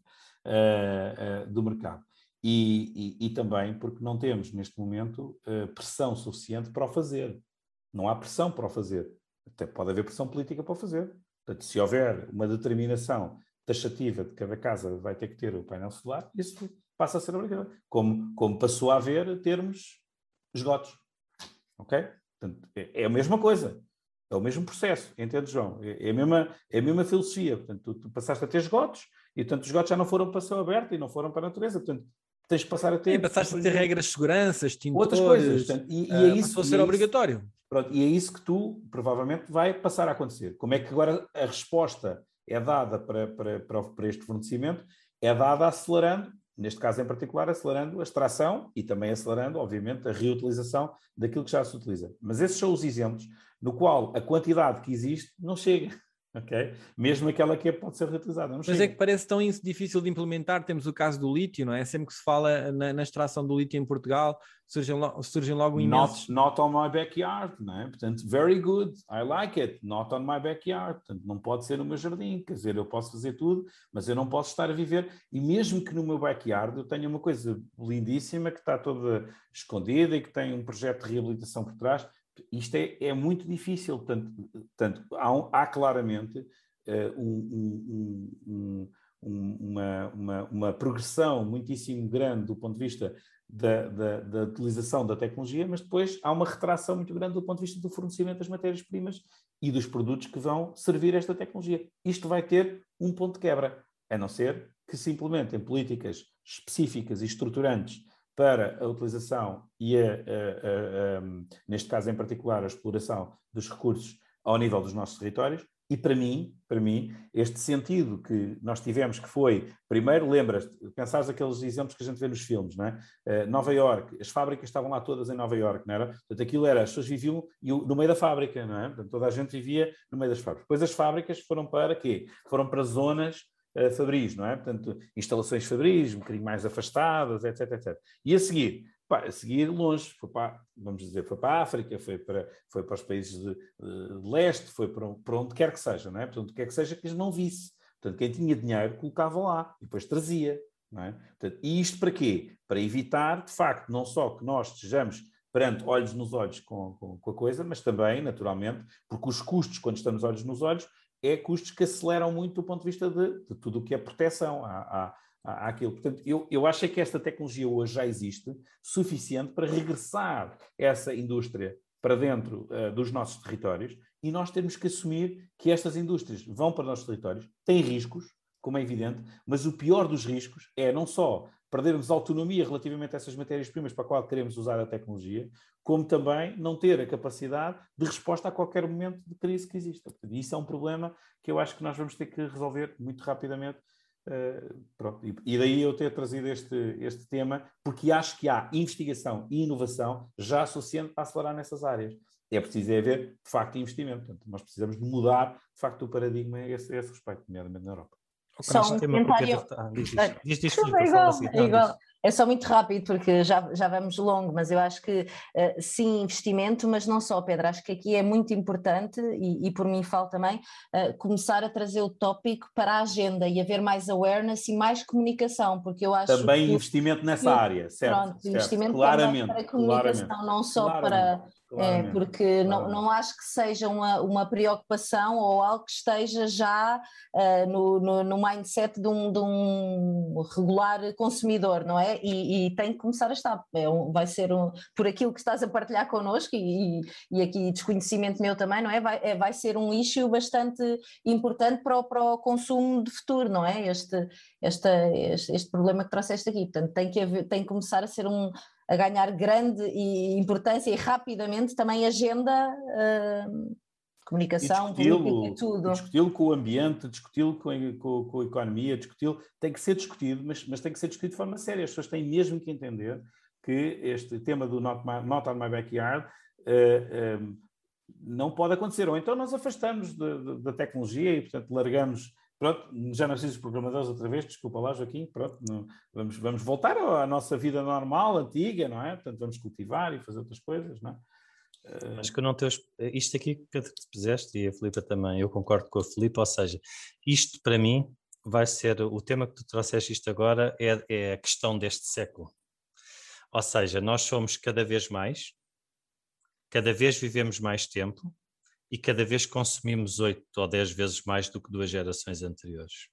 do mercado. E também porque não temos, neste momento, pressão suficiente para o fazer. Não há pressão para o fazer. Até pode haver pressão política para o fazer. Portanto, se houver uma determinação taxativa de cada casa vai ter que ter o painel solar, isso passa a ser obrigatório. Como passou a haver termos esgotos. Ok? Portanto, é a mesma coisa. É o mesmo processo. Entende, João? É a mesma filosofia. Portanto, tu passaste a ter esgotos e, portanto, os esgotos já não foram para o céu aberto e não foram para a natureza. Portanto, tens de passar a ter... passaste a ter regras de segurança, extintores... Outras coisas. Portanto, passou a ser obrigatório. Pronto, e é isso que tu, provavelmente, vai passar a acontecer. Como é que agora a resposta é dada para este fornecimento? É dada acelerando, neste caso em particular, acelerando a extração e também acelerando, obviamente, a reutilização daquilo que já se utiliza. Mas esses são os exemplos no qual a quantidade que existe não chega. Okay? Mesmo aquela que pode ser reutilizada. Mas é que parece tão difícil de implementar. Temos o caso do lítio, não é? Sempre que se fala na extração do lítio em Portugal, surgem logo imensos... Not on my backyard, não é? Portanto, very good, I like it, not on my backyard. Portanto, não pode ser no meu jardim, quer dizer, eu posso fazer tudo, mas eu não posso estar a viver. E mesmo que no meu backyard eu tenha uma coisa lindíssima que está toda escondida e que tem um projeto de reabilitação por trás... Isto é muito difícil, portanto há claramente uma progressão muitíssimo grande do ponto de vista da utilização da tecnologia, mas depois há uma retração muito grande do ponto de vista do fornecimento das matérias-primas e dos produtos que vão servir esta tecnologia. Isto vai ter um ponto de quebra, a não ser que se implementem políticas específicas e estruturantes para a utilização e, neste caso em particular, a exploração dos recursos ao nível dos nossos territórios. E para mim, este sentido que nós tivemos, que foi, primeiro, lembras-te, pensares aqueles exemplos que a gente vê nos filmes, não é? Nova Iorque, as fábricas estavam lá todas em Nova Iorque, não era? Portanto, aquilo era, as pessoas viviam no meio da fábrica, não é? Portanto, toda a gente vivia no meio das fábricas. Depois as fábricas foram para quê? Foram para zonas fabris, não é? Portanto, instalações fabris, um bocadinho mais afastadas, etc, etc. E a seguir longe, foi para a África, foi para os países de leste, foi para onde quer que seja, não é? Portanto, onde quer que seja que eles não visse. Portanto, quem tinha dinheiro colocava lá e depois trazia, não é? Portanto, e isto para quê? Para evitar, de facto, não só que nós estejamos perante olhos nos olhos com a coisa, mas também, naturalmente, porque os custos, quando estamos olhos nos olhos, custos que aceleram muito do ponto de vista de tudo o que é proteção àquilo. Portanto, eu acho que esta tecnologia hoje já existe suficiente para regressar essa indústria para dentro dos nossos territórios e nós temos que assumir que estas indústrias vão para os nossos territórios, têm riscos, como é evidente, mas o pior dos riscos é não só perdermos autonomia relativamente a essas matérias-primas para a qual queremos usar a tecnologia, como também não ter a capacidade de resposta a qualquer momento de crise que exista. E isso é um problema que eu acho que nós vamos ter que resolver muito rapidamente. E daí eu ter trazido este tema, porque acho que há investigação e inovação já suficiente para acelerar nessas áreas. É preciso haver, de facto, investimento. Portanto, nós precisamos de mudar, de facto, o paradigma a esse respeito, nomeadamente na Europa. Só um comentário. Diz, Filipe, fala assim. É igual. É só muito rápido, porque já vamos longo, mas eu acho que sim, investimento, mas não só, Pedro. Acho que aqui é muito importante, e por mim falo também, começar a trazer o tópico para a agenda e haver mais awareness e mais comunicação, porque eu acho também que investimento nessa área, certo? Pronto, certo, investimento claramente, para a comunicação, claramente, não só claramente. porque não acho que seja uma preocupação ou algo que esteja já no mindset de um regular consumidor, não é? E tem que começar a estar. Vai ser por aquilo que estás a partilhar connosco e aqui desconhecimento meu também, não é? Vai ser um issue bastante importante para o consumo de futuro, não é? Este problema que trouxeste aqui. Portanto, tem que começar a ganhar grande importância e rapidamente também agenda, comunicação, política e tudo. Discuti-lo com o ambiente, discuti-lo com a economia, tem que ser discutido, mas tem que ser discutido de forma séria. As pessoas têm mesmo que entender que este tema do Not on My Backyard não pode acontecer. Ou então nós afastamos da tecnologia e, portanto, largamos... Pronto, já não preciso dos programadores outra vez, desculpa lá, Joaquim, pronto, vamos voltar à nossa vida normal, antiga, não é? Portanto, vamos cultivar e fazer outras coisas, não é? Mas que não teus... Isto aqui que tu puseste, e a Filipa também, eu concordo com a Filipa, ou seja, isto para mim vai ser, o tema que tu trouxeste isto agora é a questão deste século. Ou seja, nós somos cada vez vivemos mais tempo, e cada vez consumimos 8 ou 10 vezes mais do que 2 gerações anteriores.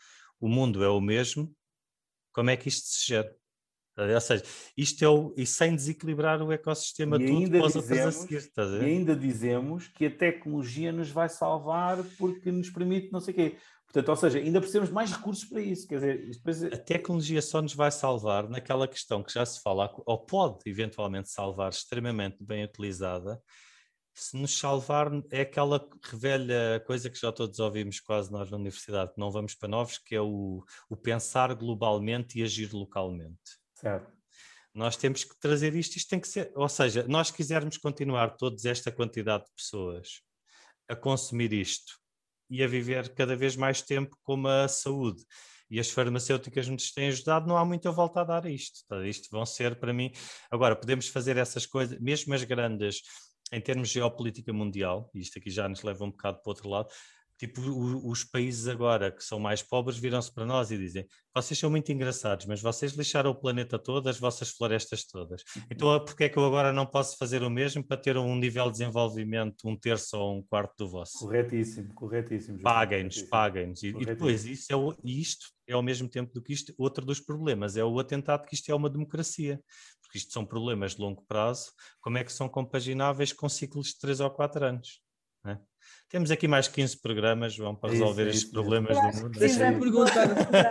O mundo é o mesmo, como é que isto se gera? Ou seja, isto e sem desequilibrar o ecossistema todo para os outros a seguir. E ainda dizemos que a tecnologia nos vai salvar porque nos permite não sei o quê. Portanto, ou seja, ainda precisamos de mais recursos para isso. Quer dizer, depois... A tecnologia só nos vai salvar naquela questão que já se fala, ou pode eventualmente salvar, extremamente bem utilizada. Se nos salvar, é aquela velha coisa que já todos ouvimos quase nós na universidade, que não vamos para novos, que é o pensar globalmente e agir localmente. Certo. Nós temos que trazer isto tem que ser, ou seja, nós quisermos continuar todos esta quantidade de pessoas a consumir isto e a viver cada vez mais tempo como a saúde e as farmacêuticas nos têm ajudado, não há muita volta a dar a isto. Isto vão ser, para mim, agora podemos fazer essas coisas, mesmo as grandes, em termos de geopolítica mundial, e isto aqui já nos leva um bocado para o outro lado, tipo os países agora que são mais pobres viram-se para nós e dizem, vocês são muito engraçados, mas vocês lixaram o planeta todo, as vossas florestas todas. Então porque é que eu agora não posso fazer o mesmo para ter um nível de desenvolvimento 1/3 ou 1/4 do vosso? Corretíssimo. Paguem-nos. E depois isto é ao mesmo tempo do que isto, outro dos problemas, é o atentado que isto é uma democracia. Porque isto são problemas de longo prazo, como é que são compagináveis com ciclos de 3 ou 4 anos? Não é? Temos aqui mais 15 programas, vão para resolver estes problemas do mundo. Deixa-me perguntar,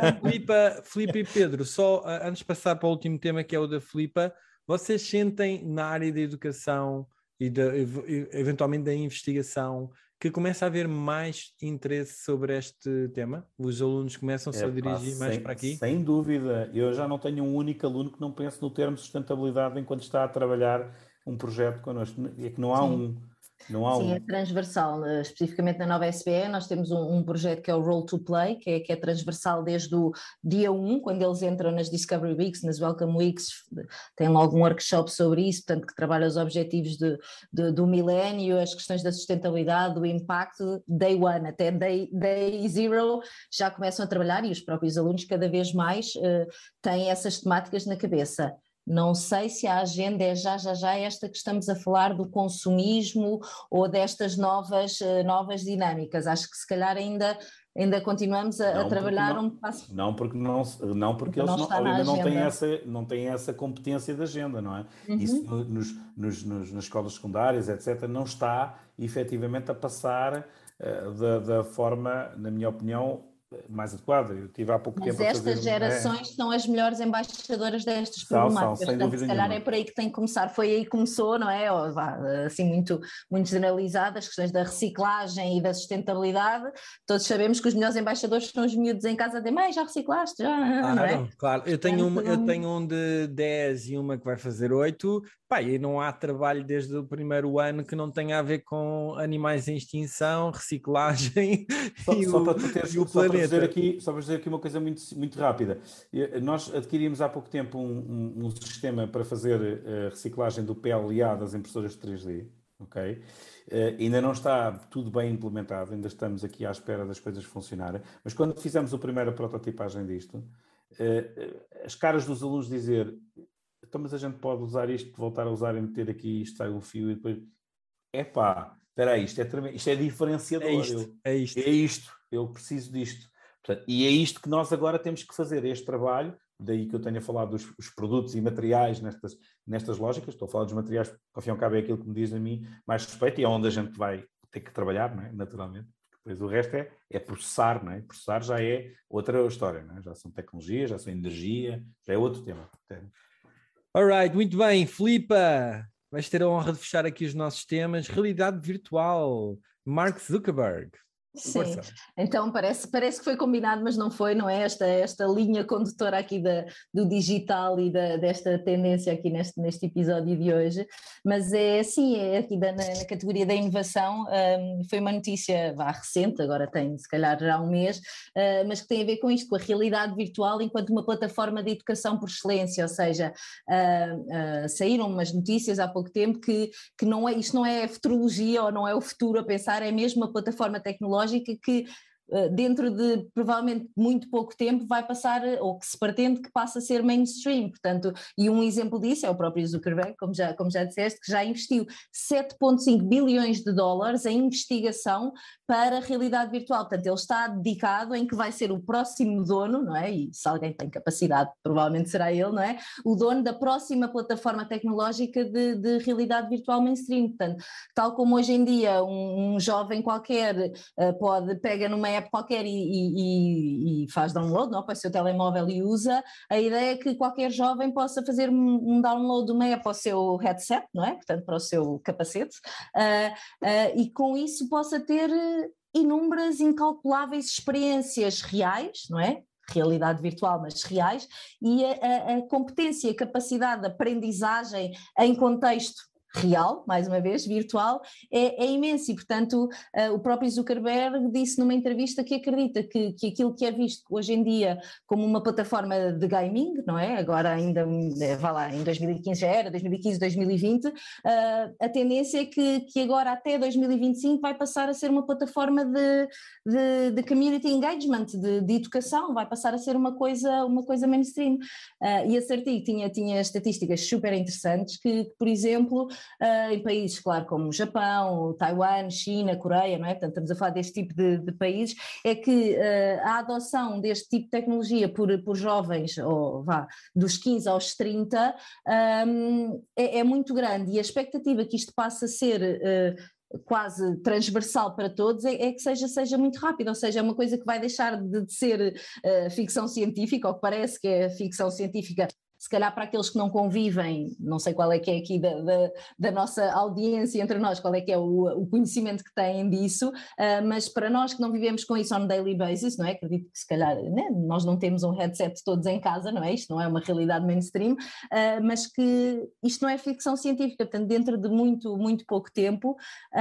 Filipa e Pedro, só antes de passar para o último tema, que é o da Filipa, vocês sentem na área da educação e eventualmente da investigação que começa a haver mais interesse sobre este tema? Os alunos começam-se a dirigir mais para aqui? Sem dúvida. Eu já não tenho um único aluno que não pense no termo sustentabilidade enquanto está a trabalhar um projeto connosco. É que não há Sim, é transversal. Especificamente na Nova SBE nós temos um projeto que é o Role to Play, que é transversal desde o dia 1, quando eles entram nas Discovery Weeks, nas Welcome Weeks, tem logo um workshop sobre isso, portanto que trabalha os objetivos do milénio, as questões da sustentabilidade, do impacto, day 1 até day 0 já começam a trabalhar e os próprios alunos cada vez mais têm essas temáticas na cabeça. Não sei se a agenda é já esta que estamos a falar do consumismo ou destas novas dinâmicas. Acho que se calhar ainda continuamos a trabalhar um passo. Não porque eles obviamente não têm essa competência de agenda, não é? Uhum. Isso nas escolas secundárias, etc., não está efetivamente a passar da forma, na minha opinião, mais adequada. Eu tive há pouco Mas tempo a fazer... estas gerações são as melhores embaixadoras destas São, problemáticas. sem Portanto, dúvida se calhar nenhuma. é por aí que tem que começar. Foi aí que começou, não é? Ou, assim, muito generalizado, as questões da reciclagem e da sustentabilidade. Todos sabemos que os melhores embaixadores são os miúdos em casa de mãe, já reciclaste, já, não é? Claro. Eu tenho um de 10 e uma que vai fazer 8. Pá, e não há trabalho desde o primeiro ano que não tenha a ver com animais em extinção, reciclagem e o planeta. Só para dizer aqui uma coisa muito, muito rápida. Nós adquirimos há pouco tempo um sistema para fazer reciclagem do PLA das impressoras 3D, ok? Ainda não está tudo bem implementado, ainda estamos aqui à espera das coisas funcionarem, mas quando fizemos a primeira prototipagem disto, as caras dos alunos dizer: então, mas a gente pode usar isto, voltar a usar e meter aqui, isto sai um fio e depois... Epá, espera aí, isto é diferenciador. É isto. Eu preciso disto. Portanto, e é isto que nós agora temos que fazer, este trabalho, daí que eu tenho a falar dos produtos e materiais nestas lógicas. Estou a falar dos materiais, porque ao fim e ao cabo é aquilo que me diz a mim mais respeito e é onde a gente vai ter que trabalhar, não é? Naturalmente. Depois o resto é processar, não é? Processar já é outra história, não é? Já são tecnologias, já são energia, já é outro tema. Alright, muito bem, Filipa, vais ter a honra de fechar aqui os nossos temas. Realidade virtual, Mark Zuckerberg. Sim, Força. então parece que foi combinado, mas não foi, não é? Esta linha condutora aqui do digital e desta tendência aqui neste episódio de hoje, mas é assim, é aqui na categoria da inovação. Foi uma notícia recente, agora tem se calhar já um mês, mas que tem a ver com isto, com a realidade virtual enquanto uma plataforma de educação por excelência, ou seja, saíram umas notícias há pouco tempo que isto não é futurologia ou não é o futuro a pensar, é mesmo uma plataforma tecnológica que dentro de provavelmente muito pouco tempo vai passar, ou que se pretende que passe a ser mainstream, portanto, e um exemplo disso é o próprio Zuckerberg, como já disseste, que já investiu 7,5 bilhões de dólares em investigação para a realidade virtual, portanto ele está dedicado em que vai ser o próximo dono, não é? E se alguém tem capacidade, provavelmente será ele, não é? O dono da próxima plataforma tecnológica de realidade virtual mainstream, portanto, tal como hoje em dia um jovem qualquer pega numa app qualquer e faz download, não, para o seu telemóvel e usa, a ideia é que qualquer jovem possa fazer um download de uma app para o seu headset, não é? Portanto, para o seu capacete, e com isso possa ter inúmeras, incalculáveis experiências reais, não é? Realidade virtual, mas reais, e a competência, a capacidade de aprendizagem em contexto real, mais uma vez, virtual, é imenso e, portanto, o próprio Zuckerberg disse numa entrevista que acredita que aquilo que é visto hoje em dia como uma plataforma de gaming, não é? Agora ainda, vá lá, em 2015 já era, 2015, 2020, a tendência é que agora até 2025 vai passar a ser uma plataforma de community engagement, de educação, vai passar a ser uma coisa mainstream. E esse artigo tinha estatísticas super interessantes que, por exemplo, em países, claro, como o Japão, Taiwan, China, Coreia, não é? Portanto, estamos a falar deste tipo de países, é que a adoção deste tipo de tecnologia por jovens, ou dos 15 aos 30, é muito grande, e a expectativa que isto passe a ser quase transversal para todos é que seja muito rápido, ou seja, é uma coisa que vai deixar de ser ficção científica, ou que parece que é ficção científica, se calhar para aqueles que não convivem, não sei qual é que é aqui da nossa audiência entre nós, qual é que é o conhecimento que têm disso, mas para nós que não vivemos com isso on a daily basis, não é? Acredito que se calhar, né, nós não temos um headset todos em casa, não é? Isto não é uma realidade mainstream, mas que isto não é ficção científica, portanto dentro de muito, muito pouco tempo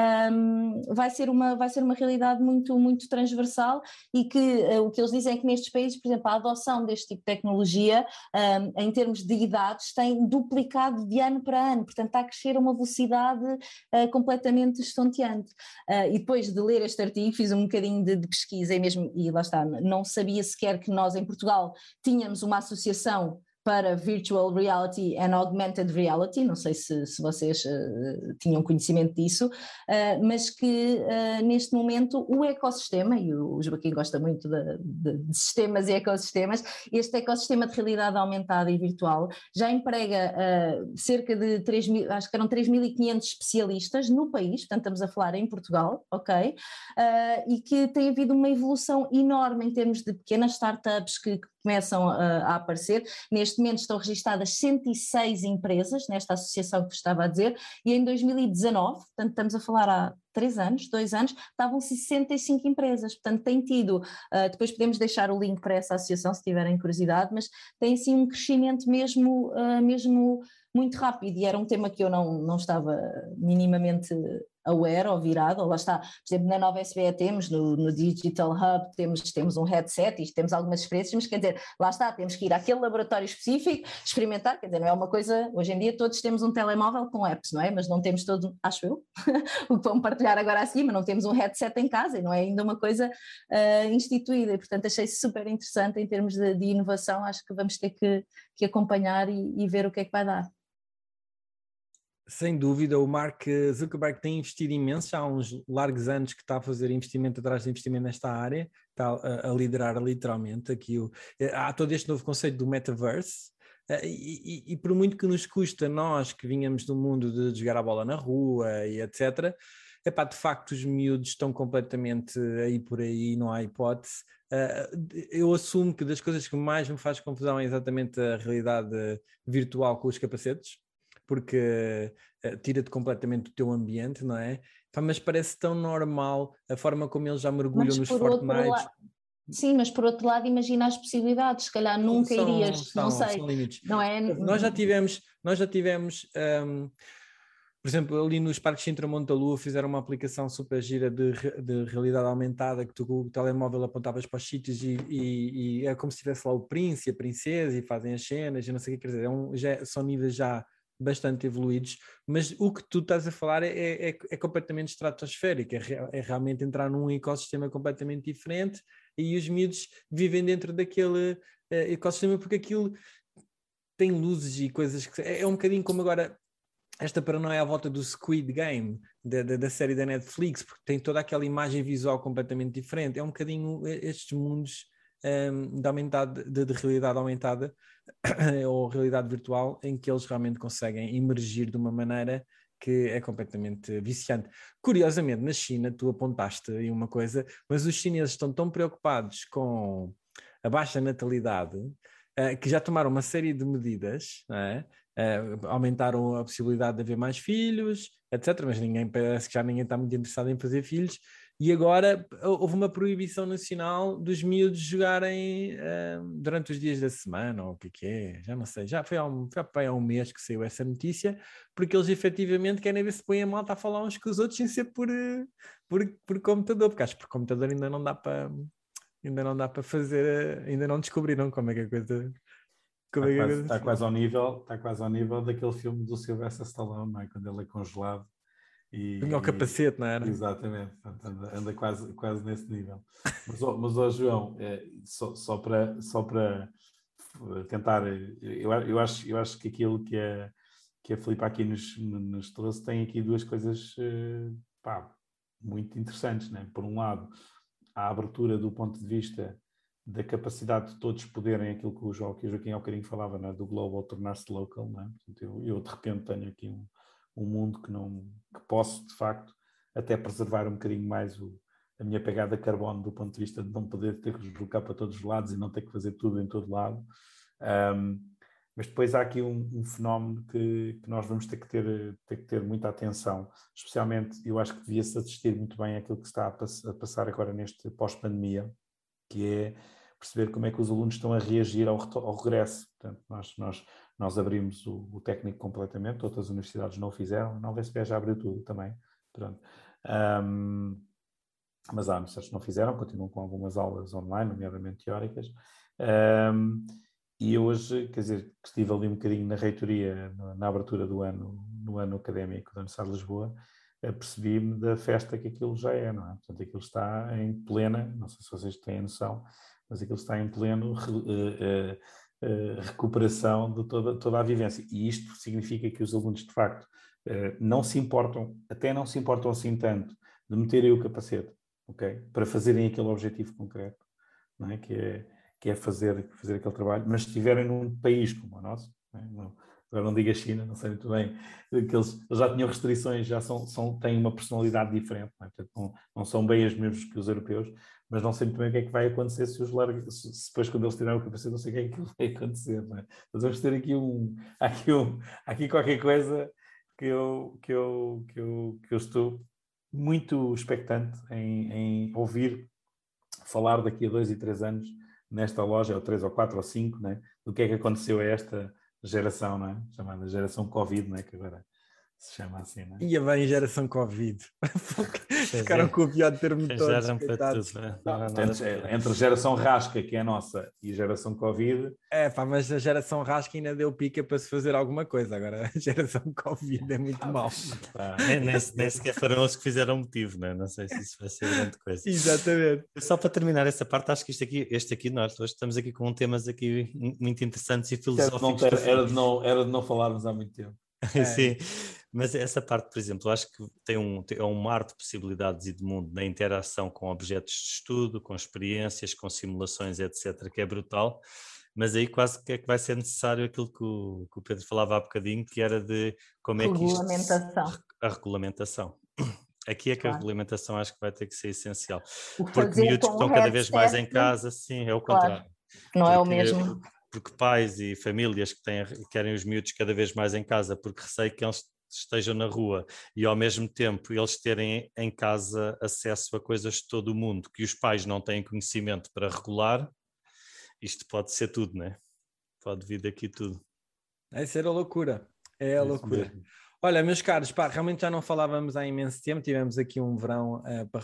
vai ser uma realidade muito, muito transversal, e que o que eles dizem é que nestes países, por exemplo, a adoção deste tipo de tecnologia em termos de idades tem duplicado de ano para ano, portanto está a crescer a uma velocidade completamente estonteante. E depois de ler este artigo fiz um bocadinho de pesquisa e lá está, não sabia sequer que nós em Portugal tínhamos uma associação para Virtual Reality and Augmented Reality, não sei se vocês tinham conhecimento disso, mas que neste momento o ecossistema, e o Joaquim gosta muito de sistemas e ecossistemas, este ecossistema de realidade aumentada e virtual já emprega cerca de 3.000, acho que eram 3.500 especialistas no país, portanto estamos a falar em Portugal, ok? E que tem havido uma evolução enorme em termos de pequenas startups que começam a aparecer. Neste momento estão registadas 106 empresas nesta associação que estava a dizer, e em 2019, portanto estamos a falar há 2 anos, estavam 65 empresas, portanto tem tido, depois podemos deixar o link para essa associação se tiverem curiosidade, mas tem sim um crescimento mesmo muito rápido, e era um tema que eu não estava minimamente aware ou virado, ou lá está, por exemplo, na Nova SBE temos, no Digital Hub temos um headset e temos algumas experiências, mas quer dizer, lá está, temos que ir àquele laboratório específico, experimentar, quer dizer, não é uma coisa, hoje em dia todos temos um telemóvel com apps, não é? Mas não temos todos, acho eu, o que vão partilhar agora assim, mas não temos um headset em casa e não é ainda uma coisa instituída, e portanto achei super interessante em termos de inovação, acho que vamos ter que acompanhar e ver o que é que vai dar. Sem dúvida, o Mark Zuckerberg tem investido imenso, já há uns largos anos que está a fazer investimento atrás de investimento nesta área, está a liderar literalmente aqui há todo este novo conceito do metaverse, e por muito que nos custa, nós que vinhamos do mundo de jogar a bola na rua e etc., de facto os miúdos estão completamente aí por aí, não há hipótese. Eu assumo que das coisas que mais me faz confusão é exatamente a realidade virtual com os capacetes, porque tira-te completamente do teu ambiente, não é? Mas parece tão normal a forma como eles já mergulham nos Fortnite. Sim, mas por outro lado imagina as possibilidades, se calhar nunca irias, não sei, são limites. não é? Nós já tivemos por exemplo, ali nos parques Sintra Montalua fizeram uma aplicação super gira de realidade aumentada, que tu com o telemóvel apontavas para os sítios e é como se estivesse lá o príncipe, a princesa, e fazem as cenas e não sei o que quer dizer, são níveis já bastante evoluídos, mas o que tu estás a falar é completamente estratosférico, é realmente entrar num ecossistema completamente diferente, e os miúdos vivem dentro daquele ecossistema, porque aquilo tem luzes e coisas que é um bocadinho como agora esta paranoia à volta do Squid Game, da série da Netflix, porque tem toda aquela imagem visual completamente diferente. É um bocadinho estes mundos de realidade aumentada ou realidade virtual, em que eles realmente conseguem emergir de uma maneira que é completamente viciante. Curiosamente, na China, tu apontaste aí uma coisa, mas os chineses estão tão preocupados com a baixa natalidade que já tomaram uma série de medidas, não é? Aumentaram a possibilidade de haver mais filhos, etc. Mas parece que já ninguém está muito interessado em fazer filhos. E agora houve uma proibição nacional dos miúdos jogarem durante os dias da semana, ou o que é, já não sei. Já foi há um mês que saiu essa notícia, porque eles efetivamente querem ver se põem a malta a falar uns com os outros sem ser por computador, porque acho que por computador ainda não dá para fazer, ainda não descobriram como é que a coisa... Está quase ao nível daquele filme do Sylvester Stallone, não é? Quando ele é congelado. Punha o capacete, não era? Exatamente, anda quase nesse nível. Mas João, só para tentar, eu acho que aquilo que a Filipa aqui nos trouxe tem aqui duas coisas muito interessantes, né? Por um lado, a abertura do ponto de vista da capacidade de todos poderem, aquilo que o Joaquim há bocadinho falava, né? Do global tornar-se local, né? Portanto, eu de repente tenho aqui um mundo que posso, de facto, até preservar um bocadinho mais a minha pegada de carbono do ponto de vista de não poder ter que deslocar para todos os lados e não ter que fazer tudo em todo lado. Mas depois há aqui um fenómeno que nós vamos ter que ter muita atenção, especialmente eu acho que devia-se assistir muito bem àquilo que está a passar agora neste pós-pandemia, que é perceber como é que os alunos estão a reagir ao regresso. Portanto, nós abrimos o técnico completamente, outras universidades não o fizeram, a Nova SBE já abriu tudo também. Pronto. Mas há universidades que não fizeram, continuam com algumas aulas online, nomeadamente teóricas. E hoje, quer dizer, que estive ali um bocadinho na reitoria, na abertura do ano, no ano académico da Universidade de Lisboa, percebi-me da festa que aquilo já é, não é? Portanto, aquilo está em plena, não sei se vocês têm noção, mas aquilo está em pleno recuperação de toda a vivência. E isto significa que os alunos, de facto, não se importam assim tanto de meterem o capacete, okay? Para fazerem aquele objetivo concreto, não é? Que é fazer aquele trabalho, mas se estiverem num país como o nosso, agora não digo a China, não sei muito bem, que eles já tinham restrições, já têm uma personalidade diferente, não é? Portanto, não são bem as mesmas que os europeus, mas não sei muito bem o que é que vai acontecer se depois, quando eles tirarem o capacete, não sei o que é que vai acontecer, não é? Mas vamos ter aqui qualquer coisa que eu estou muito expectante em ouvir falar daqui a 2 e 3 anos nesta loja, ou 3 ou 4 ou 5, né, do que é que aconteceu a esta geração, não é? Chamada geração Covid, né, que agora se chama assim, né? Ia bem, geração Covid. Ficaram com o pior termo de todos. Entre a geração Rasca, que é a nossa, e a geração Covid... Mas a geração Rasca ainda deu pica para se fazer alguma coisa. Agora a geração Covid é muito mau. Nem sequer foram os que fizeram motivo, né? Não sei se isso vai ser grande coisa. Exatamente. Só para terminar essa parte, acho que este aqui nós hoje estamos aqui com temas aqui muito interessantes e filosóficos. Era de não falarmos há muito tempo. Sim, mas essa parte, por exemplo, acho que é um mar de possibilidades e de mundo na interação com objetos de estudo, com experiências, com simulações, etc., que é brutal, mas aí quase que é que vai ser necessário aquilo que o Pedro falava há bocadinho, que era de como é que isto... A regulamentação. Aqui é que a regulamentação acho que vai ter que ser essencial, porque miúdos que estão cada vez mais em casa, sim, é o contrário. Não é o mesmo. Porque pais e famílias que querem os miúdos cada vez mais em casa, porque receio que eles estejam na rua e ao mesmo tempo eles terem em casa acesso a coisas de todo o mundo que os pais não têm conhecimento para regular, isto pode ser tudo, né? Pode vir daqui tudo. Vai ser a loucura. É a loucura. Mesmo. Olha, meus caros, realmente já não falávamos há imenso tempo, tivemos aqui um verão para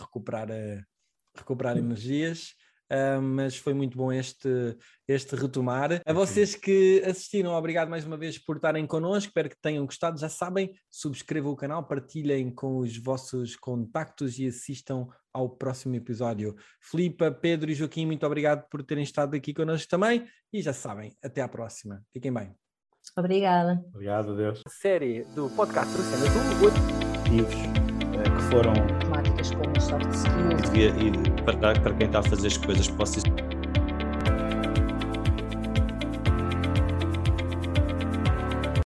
recuperar energias. Mas foi muito bom este retomar. A vocês que assistiram, obrigado mais uma vez por estarem connosco, espero que tenham gostado. Já sabem, subscrevam o canal, partilhem com os vossos contactos e assistam ao próximo episódio. Filipa, Pedro e Joaquim, muito obrigado por terem estado aqui connosco também e já sabem, até à próxima. Fiquem bem. Obrigada. Obrigado, adeus. A série do podcast do Cenas do 8 objetivos que foram temáticas como soft skills e para quem está a fazer as coisas possa